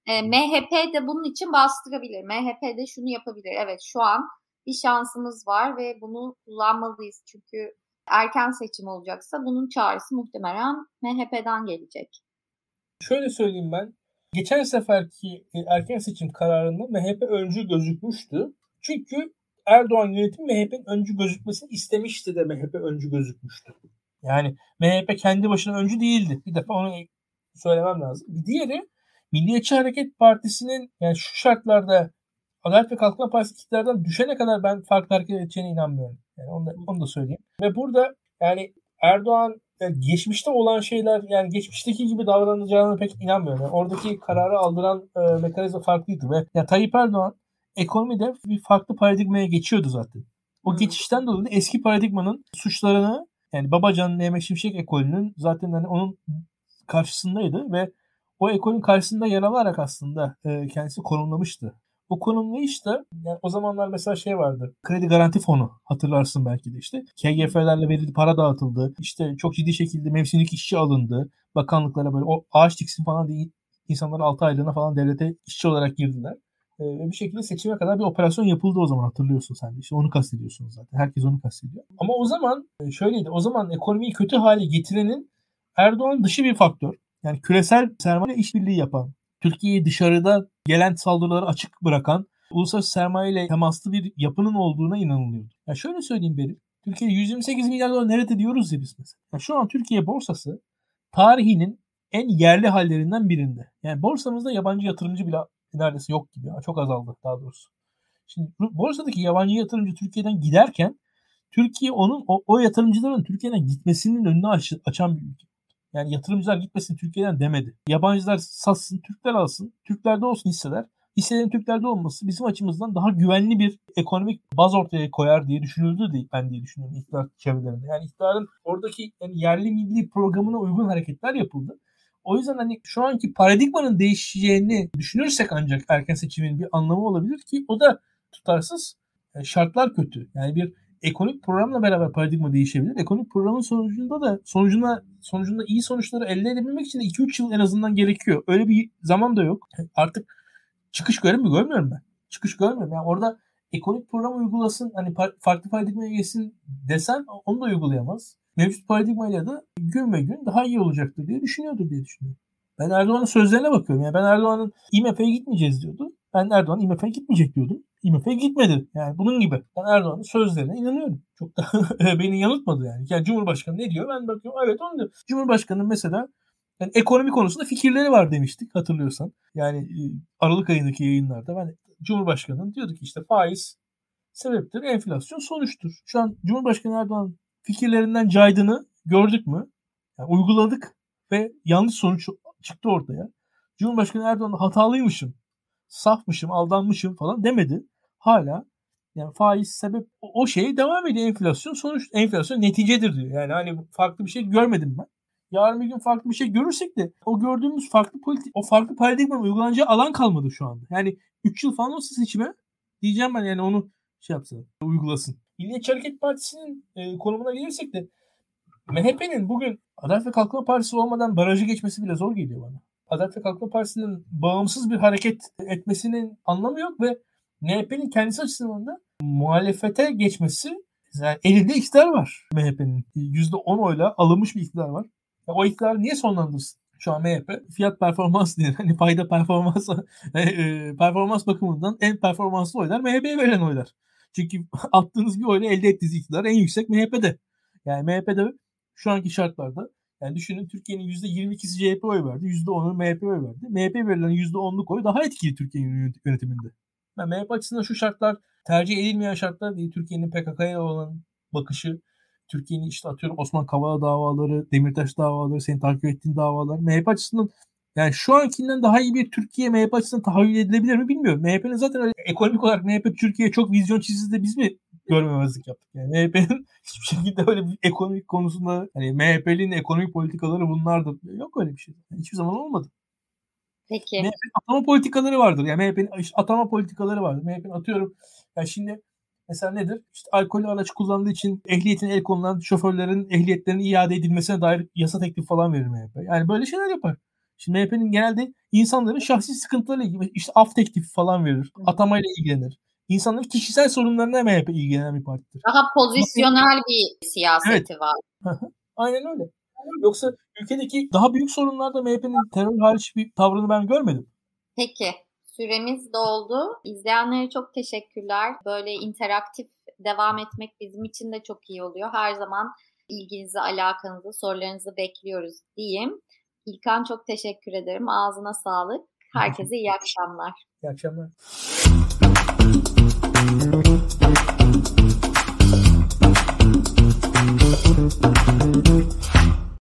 MHP de bunun için bastırabilir. MHP de şunu yapabilir. Evet, şu an bir şansımız var ve bunu kullanmalıyız. Çünkü erken seçim olacaksa bunun çağrısı muhtemelen MHP'den gelecek. Şöyle söyleyeyim ben. Geçen seferki erken seçim kararında MHP öncü gözükmüştü. Çünkü Erdoğan yönetimi MHP'nin öncü gözükmesini istemişti de MHP öncü gözükmüştü. Yani MHP kendi başına öncü değildi. Bir defa onu söylemem lazım. Bir diğeri Milliyetçi Hareket Partisi'nin yani şu şartlarda Adalet ve Kalkınma Partisi iktidardan düşene kadar ben farklı hareket edeceğine inanmıyorum. Yani onu da söyleyeyim. Ve burada yani Erdoğan geçmişte olan şeyler yani geçmişteki gibi davranacağına pek inanmıyorum. Yani oradaki kararı aldıran mekanizma farklıydı ve ya Tayyip Erdoğan ekonomide bir farklı paradigmaya geçiyordu zaten. O geçişten dolayı eski paradigmanın suçlarını yani Babacan, Mehmet Şimşek ekolünün zaten hani onun karşısındaydı ve o ekolün karşısında yer alarak aslında kendisi konumlamıştı. O konumlayış da yani o zamanlar mesela şey vardı. Kredi Garanti Fonu hatırlarsın belki de işte. KGF'lerle verildi, para dağıtıldı. İşte çok ciddi şekilde mevsimlik işçi alındı. Bakanlıklara böyle o ağaç diksin falan diye insanlar 6 aylığına falan devlete işçi olarak girdiler. Ve bir şekilde seçime kadar bir operasyon yapıldı o zaman hatırlıyorsun sen de. İşte onu kastediyorsunuz zaten. Herkes onu kastediyor. Ama o zaman şöyleydi. O zaman ekonomiyi kötü hale getirenin Erdoğan dışı bir faktör. Yani küresel sermaye işbirliği yapan, Türkiye'yi dışarıda gelen saldırıları açık bırakan, uluslararası sermaye ile temaslı bir yapının olduğuna inanılıyordu. Ya şöyle söyleyeyim benim. Türkiye'de 128 milyar dolar nerede diyoruz ya biz mesela. Ya şu an Türkiye borsası tarihinin en yerli hallerinden birinde. Yani borsamızda yabancı yatırımcı bile neredeyse yok gibi. Çok azaldı daha doğrusu. Şimdi borsadaki yabancı yatırımcı Türkiye'den giderken Türkiye onun o yatırımcıların Türkiye'den gitmesinin önünü açan bir ülke. Yani yatırımcılar gitmesin Türkiye'den demedi. Yabancılar satsın, Türkler alsın. Türklerde olsun hisseler. Hisselerin Türklerde olması bizim açımızdan daha güvenli bir ekonomik baz ortaya koyar diye düşünüldü diye ben diye düşünüyorum iktidar çevrelerinde. Yani iktidarın oradaki yani yerli milli programına uygun hareketler yapıldı. O yüzden hani şu anki paradigmanın değişeceğini düşünürsek ancak erken seçimin bir anlamı olabilir ki o da tutarsız. Şartlar kötü. Yani bir ekonomik programla beraber paradigma değişebilir. Ekonomik programın sonucunda iyi sonuçları elde edebilmek için de 2-3 yıl en azından gerekiyor. Öyle bir zaman da yok. Artık çıkış görmüyorum ben. Çıkış görmüyorum. Yani orada ekonomik program uygulasın hani farklı paradigmaya geçsin desen onu da uygulayamaz. Mevcut paradigmayla da gün ve gün daha iyi olacaktır diye düşünüyorum. Ben Erdoğan'ın sözlerine bakıyorum. Yani ben Erdoğan'ın IMF'ye gitmeyeceğiz diyordu. Ben Erdoğan IMF'ye gitmeyecek diyordum. IMF'ye gitmedi. Yani bunun gibi. Ben Erdoğan'ın sözlerine inanıyorum. Çok da beni yanıltmadı yani. Yani Cumhurbaşkanı ne diyor? Ben bakıyorum evet onu diyor. Cumhurbaşkanı'nın mesela yani ekonomi konusunda fikirleri var demiştik hatırlıyorsan. Yani Aralık ayındaki yayınlarda ben Cumhurbaşkanı'nın diyorduk ki işte faiz sebeptir, enflasyon sonuçtur. Şu an Cumhurbaşkanı Erdoğan fikirlerinden caydığını gördük mü? Yani uyguladık ve yanlış sonuç çıktı ortaya. Cumhurbaşkanı Erdoğan hatalıymışım, safmışım, aldanmışım falan demedi. Hala yani faiz sebep o şeye devam ediyor. Enflasyon neticedir diyor. Yani hani farklı bir şey görmedim ben. Yarın bir gün farklı bir şey görürsek de o gördüğümüz o farklı paradigmanın uygulanacağı alan kalmadı şu anda. Yani 3 yıl falan olsa seçime diyeceğim ben yani onu şey yapsın, uygulasın. Milliyetçi Hareket Partisi'nin konumuna gelirsek de MHP'nin bugün Adalet ve Kalkınma Partisi olmadan barajı geçmesi bile zor geliyor bana. Adalet ve Kalkınma Partisi'nin bağımsız bir hareket etmesinin anlamı yok ve MHP'nin kendisi açısından da muhalefete geçmesi yani elinde iktidar var MHP'nin. %10 oyla alınmış bir iktidar var. O iktidarı niye sonlandırsın? Şu an MHP fiyat performans diye hani fayda performans performans bakımından en performanslı oylar MHP'ye verilen oylar. Çünkü attığınız bir oyla elde ettiğiniz iktidar en yüksek MHP'de. Yani MHP'de şu anki şartlarda yani düşünün Türkiye'nin %22'si CHP oy verdi. %10'u MHP oy verdi. MHP verilen %10'luk oy daha etkili Türkiye'nin yönetiminde. Yani MHP açısından şu şartlar tercih edilmeyen şartlar değil. Türkiye'nin PKK'ya olan bakışı, Türkiye'nin işte atıyorum Osman Kavala davaları, Demirtaş davaları, senin takip ettiğin davalar. MHP açısından yani şu ankinden daha iyi bir Türkiye MHP açısından tahayyül edilebilir mi bilmiyorum. MHP'nin zaten öyle ekonomik olarak MHP Türkiye'ye çok vizyon çizdi de biz mi görmemezlik yaptık? Yani MHP'nin hiçbir şekilde öyle bir ekonomik konusunda hani MHP'nin ekonomik politikaları bunlardır. Yok öyle bir şey. Yani hiçbir zaman olmadı. Peki. MHP'nin atama politikaları vardır. Yani MHP'nin atama politikaları vardır. MHP'nin atıyorum yani şimdi Mesela nedir? İşte alkollü araç kullandığı için ehliyetine el konulan şoförlerin ehliyetlerinin iade edilmesine dair yasa teklifi falan verir MHP. Yani böyle şeyler yapar. Şimdi MHP'nin genelde insanların şahsi sıkıntılarıyla ilgili işte af teklifi falan verir. Atamayla ilgilenir. İnsanların kişisel sorunlarına MHP ilgilenen bir partidir. Daha pozisyonel bir siyaseti var. Aynen öyle. Yoksa ülkedeki daha büyük sorunlarda MHP'nin terör hariç bir tavrını ben görmedim. Peki. Süremiz doldu. İzleyenlere çok teşekkürler. Böyle interaktif devam etmek bizim için de çok iyi oluyor. Her zaman ilginizi, alakanızı, sorularınızı bekliyoruz diyeyim. İlkan çok teşekkür ederim. Ağzına sağlık. Herkese iyi akşamlar. İyi akşamlar.